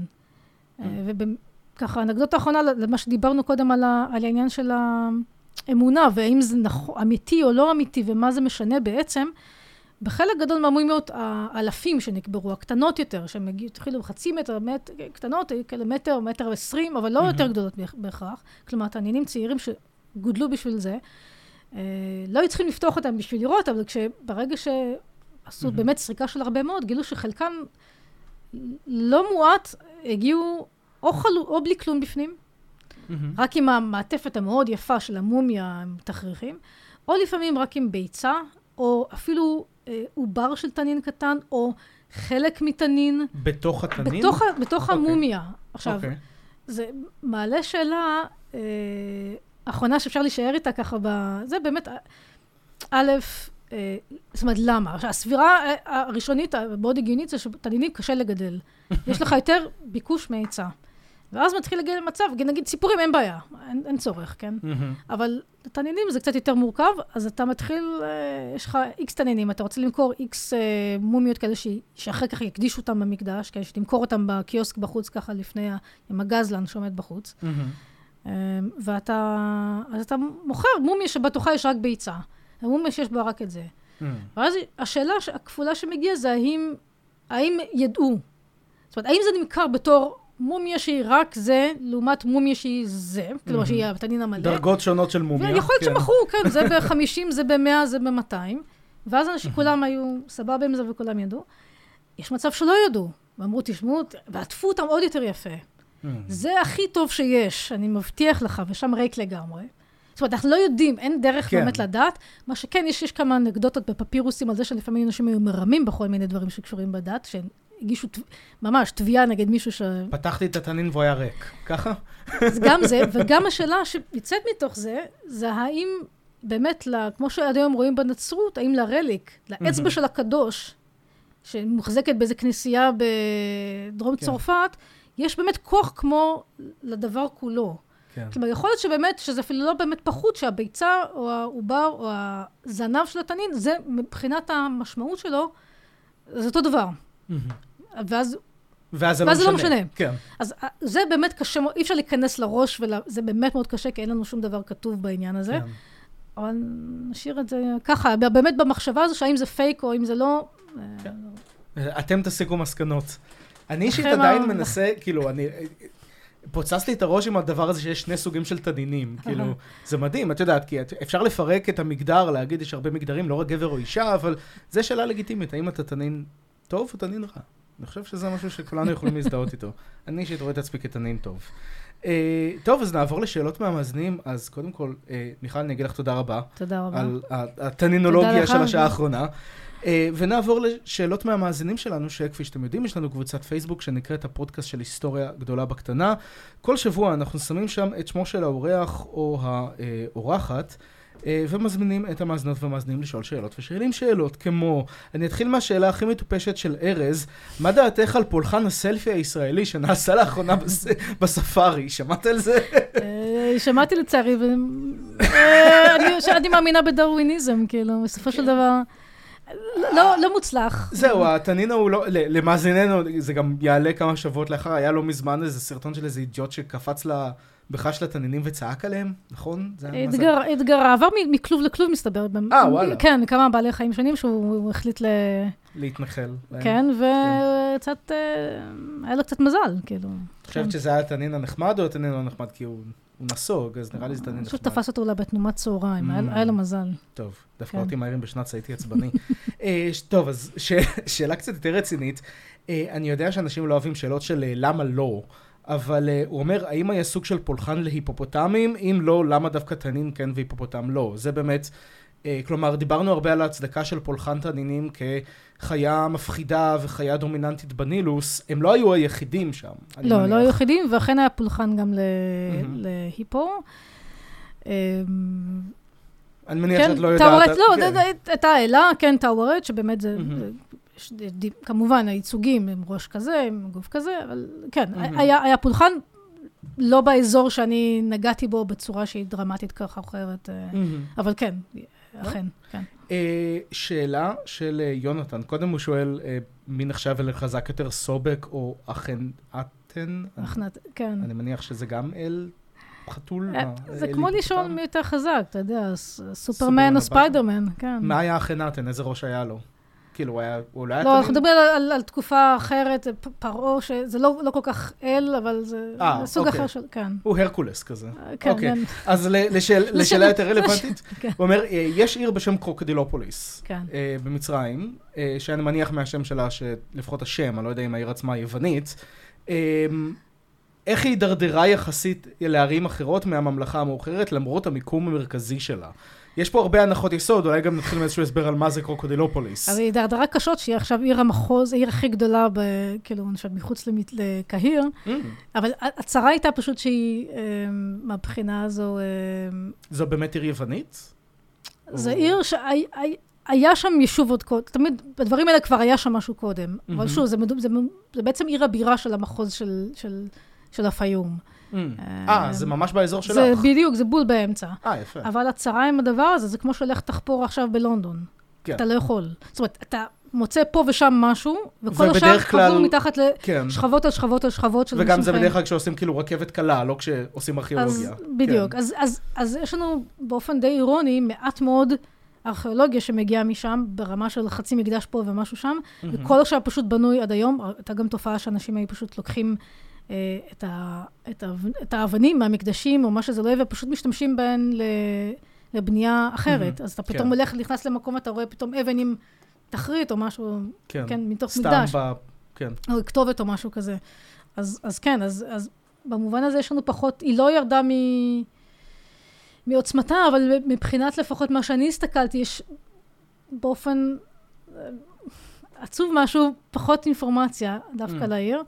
וככה, אנקדוטה האחרונה, למה שדיברנו קודם על העניין של האמונה, והאם זה אמיתי או לא אמיתי, ומה זה משנה בעצם, בחלק גדול מהמומיות, האלפים שנקברו, הקטנות יותר, שהם התחילו בחצי מטר, קטנות, כאלה מטר, 1.20 מטר, אבל לא יותר גדולות בהכרח. כלומר, תנינים צעירים שגודלו בשביל זה, לא היו צריכים לפתוח אותם בשביל לראות, אבל ברגע שעשו באמת סריקה של הרבה מאוד, גילו שחלקם לא מועט, הגיעו או בלי כלום בפנים, רק עם המעטפת המאוד יפה של המומיה, הם תכריכים, או לפעמים רק עם ביצה, או אפילו עובר של תנין קטן, או חלק מתנין. בתוך התנין? בתוך המומיה. עכשיו, זה מעלה שאלה, האחרונה שאפשר להישאר איתה ככה, זה באמת, זאת אומרת, למה? הסבירה הראשונית, המאוד הגיונית, זה שתנינים קשה לגדל. יש לך יותר ביקוש מהיצע. ואז מתחיל להגיע למצב, נגיד ציפורים אין בעיה, אין צורך, כן? אבל תנינים זה קצת יותר מורכב, אז אתה מתחיל, יש לך X תנינים, אתה רוצה למכור X מומיות כאלה שאחרי כך יקדישו אותם במקדש, כדי שתמכור אותם בקיוסק בחוץ ככה לפני, עם הגזלן שעומד בחוץ. אז אתה מוכר מומיה שבתוכה יש רק ביצה, המומיה שיש בה רק את זה. ואז השאלה הכפולה שמגיעה זה האם האם ידעו? זאת אומרת, האם זה נמכר בתור מומיה שהיא רק זה, לעומת מומיה שהיא זה, כלומר שהיא התנין המלא. דרגות שונות של מומיה. ויכול להיות שמכרו, כן, זה ב-50, זה ב-100, זה ב-200. ואז אנשים כולם היו סבבה עם זה וכולם ידעו. יש מצב שלא ידעו. ואמרו, תשמעו, ועטפו אותם עוד יותר יפה. זה הכי טוב שיש, אני מבטיח לך, ושם ריק לגמרי. זאת אומרת, אנחנו לא יודעים, אין דרך באמת לדעת. מה שכן, יש כמה אנקדוטות בפפירוסים על זה שלפעמים אנשים היו מרמים בכל מיני דברים שקשורים בדת, שהגישו ממש תביעה נגד מישהו ש... פתחתי את התנין והוא היה ריק. ככה? אז גם זה, וגם השאלה שיצאת מתוך זה, זה האם באמת, כמו שעד היום רואים בנצרות, האם לרליק, לאצבע של הקדוש, שמוחזקת באיזו כנסייה בדרום צרפת, יש באמת כוח כמו לדבר כולו. כלומר, יכול להיות שבאמת, שזה אפילו לא באמת פחות, שהביצה או העובר או הזנב של התנין, זה מבחינת המשמעות שלו, זה אותו דבר. ואז זה לא משנה. אז זה באמת קשה, אי אפשר להיכנס לראש, וזה באמת מאוד קשה, כי אין לנו שום דבר כתוב בעניין הזה. אבל נשאיר את זה ככה, באמת במחשבה הזו, שהאם זה פייק או אם זה לא... אתם תסיקו מסקנות. אני אישית עדיין מנסה, כאילו, אני... פוצץ לי את הראש עם הדבר הזה שיש שני סוגים של תנינים, כאילו, זה מדהים, את יודעת, כי אפשר לפרק את המגדר, להגיד יש הרבה מגדרים, לא רק גבר או אישה, אבל זה שאלה לגיטימית, האם אתה תנין טוב או תנין רע? אני חושב שזה משהו שכולנו יכולים להזדהות איתו. אני אישית רואה את עצמי כתנין טוב. טוב, אז נעבור לשאלות מהמאזינים, אז קודם כל, מיכל, אני אגיד לך תודה רבה. תודה רבה. על הטנינולוגיה של השעה האחרונה. ונעבור לשאלות מהמאזינים שלנו, שכפי שאתם יודעים, יש לנו קבוצת פייסבוק שנקראת הפודקאסט של היסטוריה גדולה בקטנה. כל שבוע אנחנו שמים שם את שמו של האורח או האורחת, ומזמינים את המאזינות והמאזינים לשאול שאלות, ושאלים שאלות כמו, אני אתחיל מהשאלה הכי מטופשת של ארז, מה דעתך על פולחן הסלפי הישראלי שנעשה לאחרונה בספארי? שמעת על זה? שמעתי לצערי, אני מאמינה בדרוויניזם, כאילו, בסופו של דבר... לא מוצלח. זהו, התנין הוא לא, למאזיננו, זה גם יעלה כמה שבועות לאחר, היה לא מזמן איזה סרטון של איזה אידיוט שקפץ בחש לתנינים וצעק עליהם, נכון? אתגר, עבר מכלוב לכלוב מסתבר. וואלה. כן, כמה בעלי חיים שונים שהוא החליט להתנחל. כן, וקצת, היה לו קצת מזל, כאילו. את חושבת שזה היה התנין הנחמד או התנין לא נחמד? כי הוא נסוג, אז נראה לי זה תנין נחמד. פשוט תפס אותו אולי בתנומת צהריים, היה לו מזל. טוב, דווקא אותי מהירים בשנת הייתי עצבני. טוב, אז שאלה קצת יותר רצינית. אני יודע שאנשים לא אוהבים שאלות של למה לא, אבל הוא אומר, האם היה סוג של פולחן להיפופוטמים? אם לא, למה דווקא תנין כן והיפופוטם לא? זה באמת, כלומר, דיברנו הרבה על ההצדקה של פולחן תנינים כחיה מפחידה וחיה דומיננטית בנילוס. הם לא היו היחידים שם. לא היו היחידים, ואכן היה פולחן גם להיפו. אני מניח שאת לא יודעת. לא, הייתה האלה, כן, טאוורת, שבאמת זה... כמובן, הייצוגים הם ראש כזה, הם גוף כזה, אבל כן, היה פולחן לא באזור שאני נגעתי בו בצורה שהיא דרמטית ככה או אחרת, אבל כן, אכן, כן. שאלה של יונתן, קודם הוא שואל, מי נחשב אל חזק יותר, סובק או אתן? כן. אני מניח שזה גם אל חתול? זה כמו לשאול מי יותר חזק, אתה יודע, סופרמן או ספיידרמן, כן. מה היה אתן? איזה ראש היה לו? כאילו, הוא לא היה... לא, אנחנו מדברים על תקופה אחרת, פרעה, שזה לא כל כך אל, אבל זה סוג אחר של... כן. הוא הרקולס כזה. כן. אז לשאלה יותר רלוונטית, הוא אומר, יש עיר בשם קרוקודילופוליס, במצרים, שאני מניח מהשם שלה, שלפחות השם, אני לא יודע אם העיר עצמה יוונית, איך היא דרדרה יחסית לערים אחרות מהממלכה המאוחרת, למרות המיקום המרכזי שלה? יש פה הרבה הנחות יסוד, אולי גם נתחיל מאיזשהו הסבר על מה זה קרוקודילופוליס. אבל היא דרדרה קשות, שהיא עכשיו עיר המחוז, העיר הכי גדולה, כאילו, מחוץ לקהיר, אבל הצרה הייתה פשוט שהיא, מהבחינה הזו... זו באמת עיר יוונית? זו עיר שהיה שם יישוב עוד קודם, תמיד, בדברים האלה כבר היה שם משהו קודם, אבל שוב, זה בעצם עיר הבירה של המחוז של הפיום. זה ממש באזור שלך. זה בדיוק, זה בול באמצע. יפה. אבל הצרה עם הדבר הזה, זה כמו שהולך תחפור עכשיו בלונדון. אתה לא יכול. זאת אומרת, אתה מוצא פה ושם משהו, וכל השאר חבור מתחת לשכבות על שכבות על שכבות של וגם זה בדרך כלל כשעושים כאילו רכבת קלה, לא כשעושים ארכיאולוגיה. בדיוק. אז יש לנו באופן די אירוני מעט מאוד ארכיאולוגיה שמגיעה משם, ברמה של חצי מקדש פה ומשהו שם, וכל עכשיו פשוט בנוי עד היום. הייתה גם תופעה שאנשים היו פשוט לוקחים את האבנים מהמקדשים, או מה שזה לא יהיה, ופשוט משתמשים בהן לבנייה אחרת. אז אתה פתאום הולך, נכנס למקום, אתה רואה פתאום אבן עם תחרית, או משהו, כן, מתוך מקדש. כן. או כתובת או משהו כזה. אז כן, אז במובן הזה יש לנו פחות, היא לא ירדה מעוצמתה, אבל מבחינת לפחות מה שאני הסתכלתי, יש באופן עצוב משהו, פחות אינפורמציה דווקא לעיר.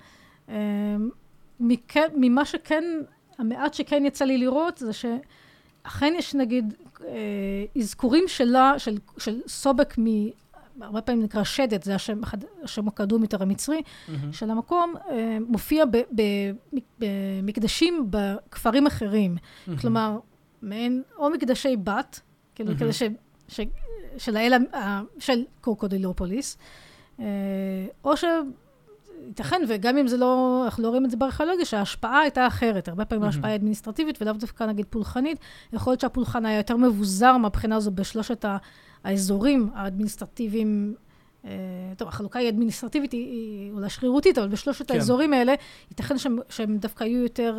ממה שכן, המעט שכן יצא לי לראות, זה שאכן יש נגיד אזכורים שלה, של סובק הרבה פעמים נקרא שדת, זה השם הקדום יותר המצרי, של המקום, מופיע במקדשים בכפרים אחרים. כלומר, מעין או מקדשי בת, כאילו כזה של האל, של קורקודילופוליס, או ייתכן, וגם אם זה לא, אנחנו לא רואים את זה בארכיאולוגיה, שההשפעה הייתה אחרת. הרבה פעמים ההשפעה היא אדמיניסטרטיבית, ולאו דווקא נגיד פולחנית. יכול להיות שהפולחן היה יותר מבוזר מהבחינה הזו בשלושת האזורים האדמיניסטרטיביים. טוב, החלוקה היא אדמיניסטרטיבית, היא אולי שרירותית, אבל בשלושת האזורים האלה, ייתכן שהם דווקא היו יותר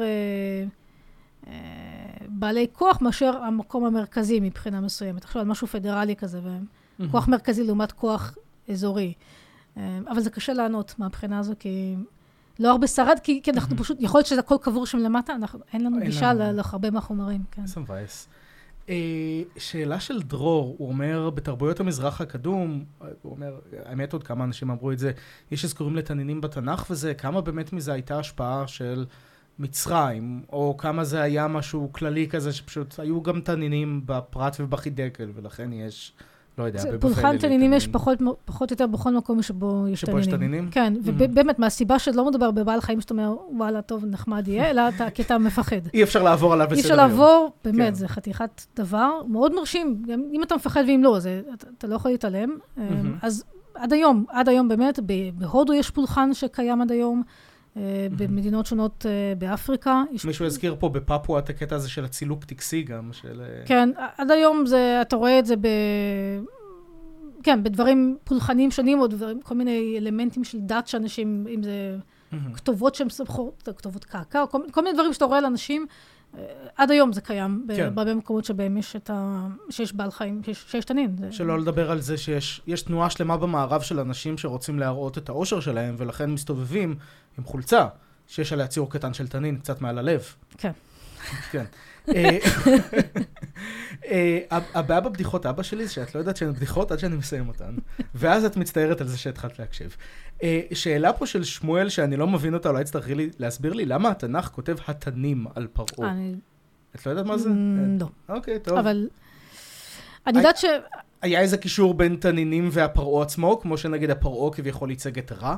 בעלי כוח מאשר המקום המרכזי מבחינה מסוימת. תחשוב על משהו פדרלי כזה, וכוח מרכזי לעומת כוח אזורי. אבל זה קשה לענות מהבחינה הזו, כי לא הרבה שרד, כי אנחנו פשוט, יכול להיות שזה הכל קבור שם למטה, אין לנו גישה להרבה מהחומרים. זה מבאס. שאלה של דרור, הוא אומר, בתרבויות המזרח הקדום, הוא אומר, האמת עוד כמה אנשים אמרו את זה, יש אזכורים לתנינים בתנ"ך וזה, כמה באמת מזה הייתה השפעה של מצרים, או כמה זה היה משהו כללי כזה, שפשוט היו גם תנינים בפרט ובחידקל, ולכן יש... לא יודע, פולחן תנינים יש פחות או יותר בכל מקום שבו יש תנינים. שבו יש תנינים? כן, ובאמת, מהסיבה שלא מדבר בבעל חיים, שאתה אומר, וואלה, טוב, נחמד יהיה, אלא כי אתה מפחד. אי אפשר לעבור עליו בסדר. אי אפשר לעבור, באמת, זה חתיכת דבר מאוד מרשים. אם אתה מפחד ואם לא, אתה לא יכול להתעלם. אז עד היום באמת, בהודו יש פולחן שקיים עד היום, במדינות שונות באפריקה. מישהו הזכיר פה בפפואה את הקטע הזה של הצילוק טקסי גם. כן, עד היום אתה רואה את זה כן, בדברים פולחניים שונים, או כל מיני אלמנטים של דת שאנשים, אם זה כתובות שהן סמכות, כתובות קעקע, כל מיני דברים שאתה רואה לאנשים, עד היום זה קיים, בהרבה מקומות שבהם שיש בעל חיים, שיש תנין. שלא לדבר על זה שיש תנועה שלמה במערב של אנשים שרוצים להראות את האושר שלהם, ולכן מסתובבים עם חולצה, שיש עליה ציור קטן של תנין, קצת מעל הלב. כן. כן. הבעיה בבדיחות אבא שלי זה שאת לא יודעת שהן בדיחות עד שאני מסיים אותן. ואז את מצטערת על זה שהתחלת להקשיב. שאלה פה של שמואל שאני לא מבין אותה, אולי תצטרכי להסביר לי למה התנ"ך כותב התנים על פרעה. את לא יודעת מה זה? לא. אוקיי, טוב. אבל אני יודעת היה איזה קישור בין תנינים והפרעה עצמו, כמו שנגיד הפרעה כביכול ייצג את רע?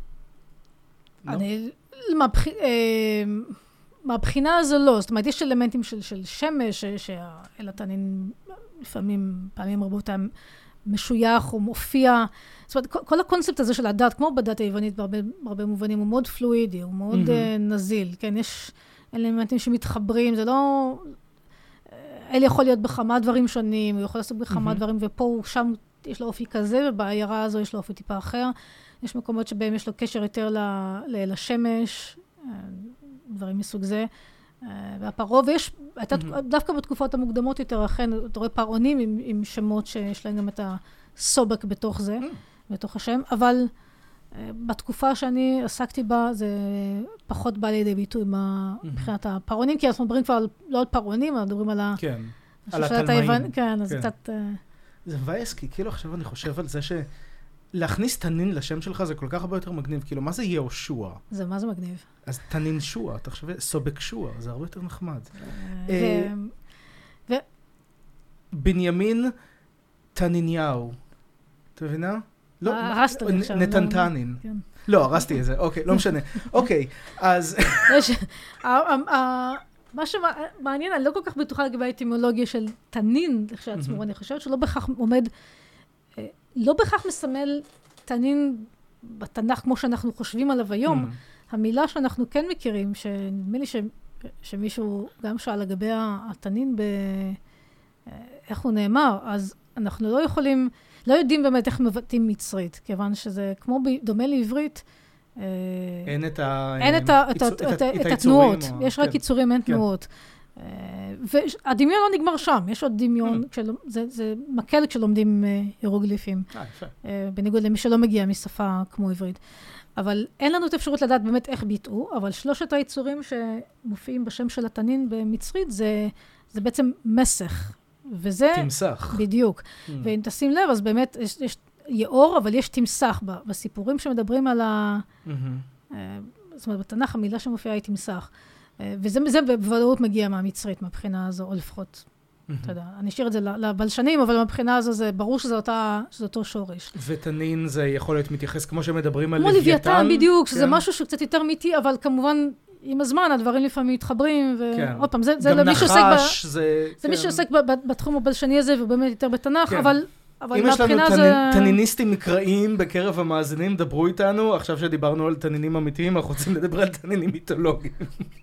מהבחינה הזו לא, זאת אומרת, יש אלמנטים של שמש, שאל התנין לפעמים, פעמים רבות משוייך או מופיע. זאת אומרת, כל הקונספט הזה של הדת, כמו בדת היוונית בהרבה מובנים, הוא מאוד פלואידי, הוא מאוד נזיל, כן, יש אלמנטים שמתחברים, זה לא... אל יכול להיות בכמה דברים שונים, הוא יכול לעשות בכמה דברים, ופה שם יש לו אופי כזה, ובעיירה הזו יש לו אופי טיפה אחר. יש מקומות שבהם יש לו קשר יותר לשמש, דברים מסוג זה. והפרעה, ויש, דווקא בתקופות המוקדמות יותר, אכן, אתה רואה פרעונים עם שמות שיש להם גם את הסובק בתוך זה, בתוך השם, אבל בתקופה שאני עסקתי בה, זה פחות בא לידי ביטוי מבחינת הפרעונים, כי אנחנו מדברים כבר לא על פרעונים, אנחנו מדברים על על התלמאים. כן, אז קצת... זה מבאס, כי כאילו עכשיו אני חושב על זה להכניס תנין לשם שלך זה כל כך הרבה יותר מגניב. כאילו, מה זה יהושע? מה זה מגניב? אז תנין שוע, תחשבי, סובק שוע, זה הרבה יותר נחמד. בנימין תניניהו, אתה מבינה? לא, הרסת לי עכשיו. נתנתנין. לא, הרסתי את זה, אוקיי, לא משנה. אוקיי, אז... מה שמעניין, אני לא כל כך בטוחה לגבי האטימולוגיה של תנין, כשעצמו, אני חושבת שלא בכך עומד... לא בכך מסמל תנין בתנ"ך כמו שאנחנו חושבים עליו היום. המילה שאנחנו כן מכירים, שנדמה לי שמישהו גם שאל לגבי התנין איך הוא נאמר, אז אנחנו לא יודעים באמת איך מבטאים מצרית, כיוון שזה כמו דומה לעברית, אין את התנועות, יש רק קיצורים, אין תנועות. והדמיון לא נגמר שם, יש עוד דמיון, זה מקל כשלומדים הירוגליפים, בניגוד למי שלא מגיע משפה כמו עברית. אבל אין לנו את האפשרות לדעת באמת איך ביטאו, אבל 3 היצורים שמופיעים בשם של התנין במצרית, זה בעצם מסך. וזה... תמסך. בדיוק. ואם תשים לב, אז באמת יש יאור, אבל יש תמסך. בסיפורים שמדברים על זאת אומרת, בתנ"ך המילה שמופיעה היא תמסך. וזה בוודאות מגיע מהמצרית, מהבחינה הזו, או לפחות. אתה יודע, אני אשאיר את זה לבלשנים, אבל מבחינה הזו זה ברור שזה אותו שורש. ותנין זה יכול להיות מתייחס כמו שמדברים על לוויתן. כמו לוויתן, בדיוק, שזה כן. משהו שהוא קצת יותר מיתי, אבל כמובן, עם הזמן הדברים לפעמים מתחברים, כן. ועוד פעם, זה גם למי נחש, זה כן. מי שעוסק בתחום הבלשני הזה, ובאמת יותר בתנ"ך, כן. אבל אם יש לנו תניניסטים מקראיים בקרב המאזינים, דברו איתנו. עכשיו שדיברנו על תנינים אמיתיים, אנחנו רוצים לדבר על תנינים מיתולוגיים.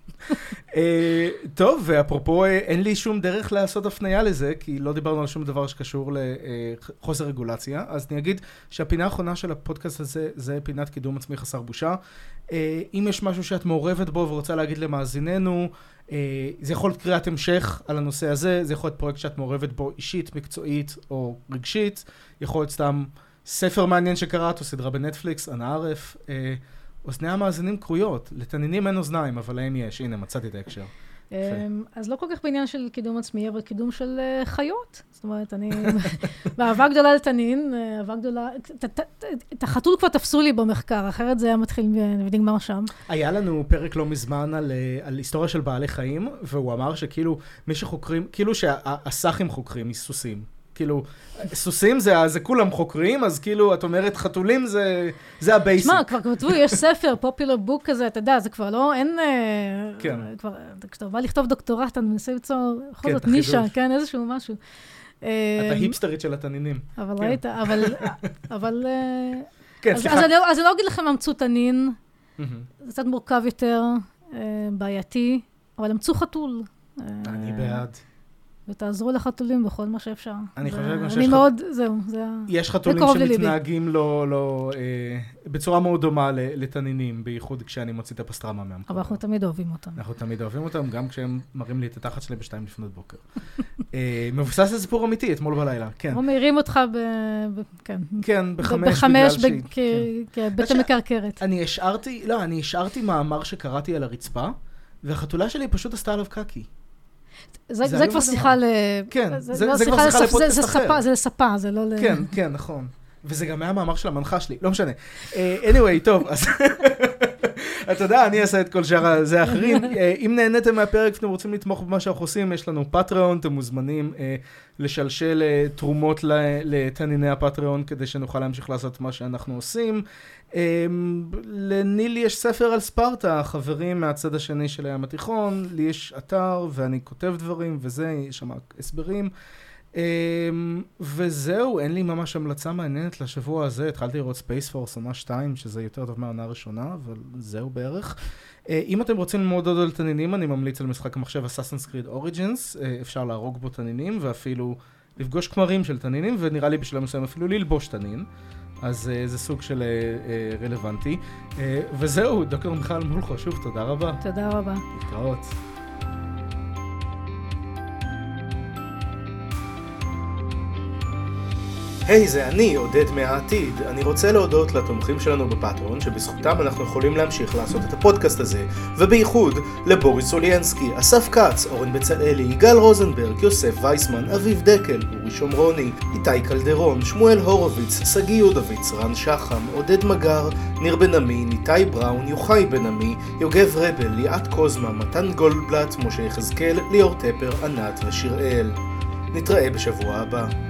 טוב, ואפרופו, אין לי שום דרך לעשות הפנייה לזה, כי לא דיברנו על שום דבר שקשור לחוסר רגולציה. אז אני אגיד שהפינה האחרונה של הפודקאסט הזה, זה פינת קידום עצמי חסר בושה. אם יש משהו שאת מעורבת בו ורוצה להגיד למאזיננו, זה יכול להיות קריאת המשך על הנושא הזה, זה יכול להיות פרויקט שאת מעורבת בו אישית, מקצועית או רגשית, יכול להיות סתם ספר מעניין שקראת או סדרה בנטפליקס, אנא ערף, אוזני המאזינים קרויות, לתנינים אין אוזניים, אבל להם יש, הנה מצאתי את ההקשר. אז לא כל כך בעניין של קידום עצמי, אבל קידום של חיות. זאת אומרת, אני באהבה גדולה לתנין, אהבה גדולה, את החתול כבר תפסו לי במחקר, אחרת זה היה מתחיל ונגמר שם. היה לנו פרק לא מזמן על היסטוריה של בעלי חיים, והוא אמר שכאילו מי שחוקרים, כאילו שהסאחים חוקרים מסוסים. כאילו, סוסים זה כולם חוקרים, אז כאילו, את אומרת, חתולים זה הבייסיק. שמע, כבר כתבו, יש ספר, פופולר בוק כזה, אתה יודע, זה כבר לא, אין... כן. כבר, כשאתה בא לכתוב דוקטורט, אני מנסה ליצור, בכל זאת נישה, כן, איזשהו משהו. אתה היפסטרית של התנינים. אבל ראית, אבל... כן, סליחה. אז אני לא אגיד לכם, אמצו תנין, זה קצת מורכב יותר, בעייתי, אבל אמצו חתול. אני בעד. ותעזרו לחתולים בכל מה שאפשר. אני חושב גם שיש... אני מאוד, זהו, זה... יש חתולים שמתנהגים בצורה מאוד דומה לתנינים, בייחוד כשאני מוציא את הפסטרמה מהמקום. אבל אנחנו תמיד אוהבים אותם. אנחנו תמיד אוהבים אותם, גם כשהם מראים לי את התחת שלהם ב2 לפנות בוקר. מבוסס לסיפור אמיתי, אתמול בלילה, כן. או מהירים אותך כן, ב5 בית המקרקרת. אני השארתי מאמר שקראתי על הרצפה, והחתולה שלי פשוט עשתה עליו קקי. זה כבר שיחה כן, זה כבר שיחה לפודקאסט אחר. זה לספה, זה לא כן, כן, נכון. וזה גם היה מאמר של המנחה שלי, לא משנה. anyway, טוב, אז... אתה יודע, אני אעשה את כל שאר זה האחרים. אם נהניתם מהפרק ואתם רוצים לתמוך במה שאנחנו עושים, יש לנו פטריון, אתם מוזמנים לשלשל תרומות לתניני הפטריון, כדי שנוכל להמשיך לעשות מה שאנחנו עושים. לניל יש ספר על ספרטה, חברים מהצד השני של הים התיכון, לי יש אתר ואני כותב דברים וזה, יש שם הסברים. וזהו, אין לי ממש המלצה מעניינת לשבוע הזה, התחלתי לראות Space Force עונה 2, שזה יותר טוב מהעונה הראשונה, אבל זהו בערך. אם אתם רוצים ללמוד עוד על תנינים, אני ממליץ על משחק המחשב Assassin's Creed Origins, אפשר להרוג בו תנינים ואפילו לפגוש כמרים של תנינים, ונראה לי בשלב מסוים אפילו ללבוש תנין. אז זה סוג של רלוונטי. וזהו, דוקטור מיכל מולכו, שוב, תודה רבה. תודה רבה. להתראות. היי, זה אני, עודד מהעתיד. אני רוצה להודות לתומכים שלנו בפטריון, שבזכותם אנחנו יכולים להמשיך לעשות את הפודקאסט הזה, ובייחוד לבוריס אוליינסקי, אסף קץ, אורן בצלאלי, יגאל רוזנברג, יוסף וייסמן, אביב דקל, אורי שומרוני, איתי קלדרון, שמואל הורוביץ, סגי יודוביץ, רן שחם, עודד מגר, ניר בן עמי, ניתי בראון, יוחאי בן עמי, יוגב רבל, ליאת קוזמה, מתן גולדבלט, משה יחזקאל, ליאור טפר, ענת ושיראל. נתראה בשבוע הבא.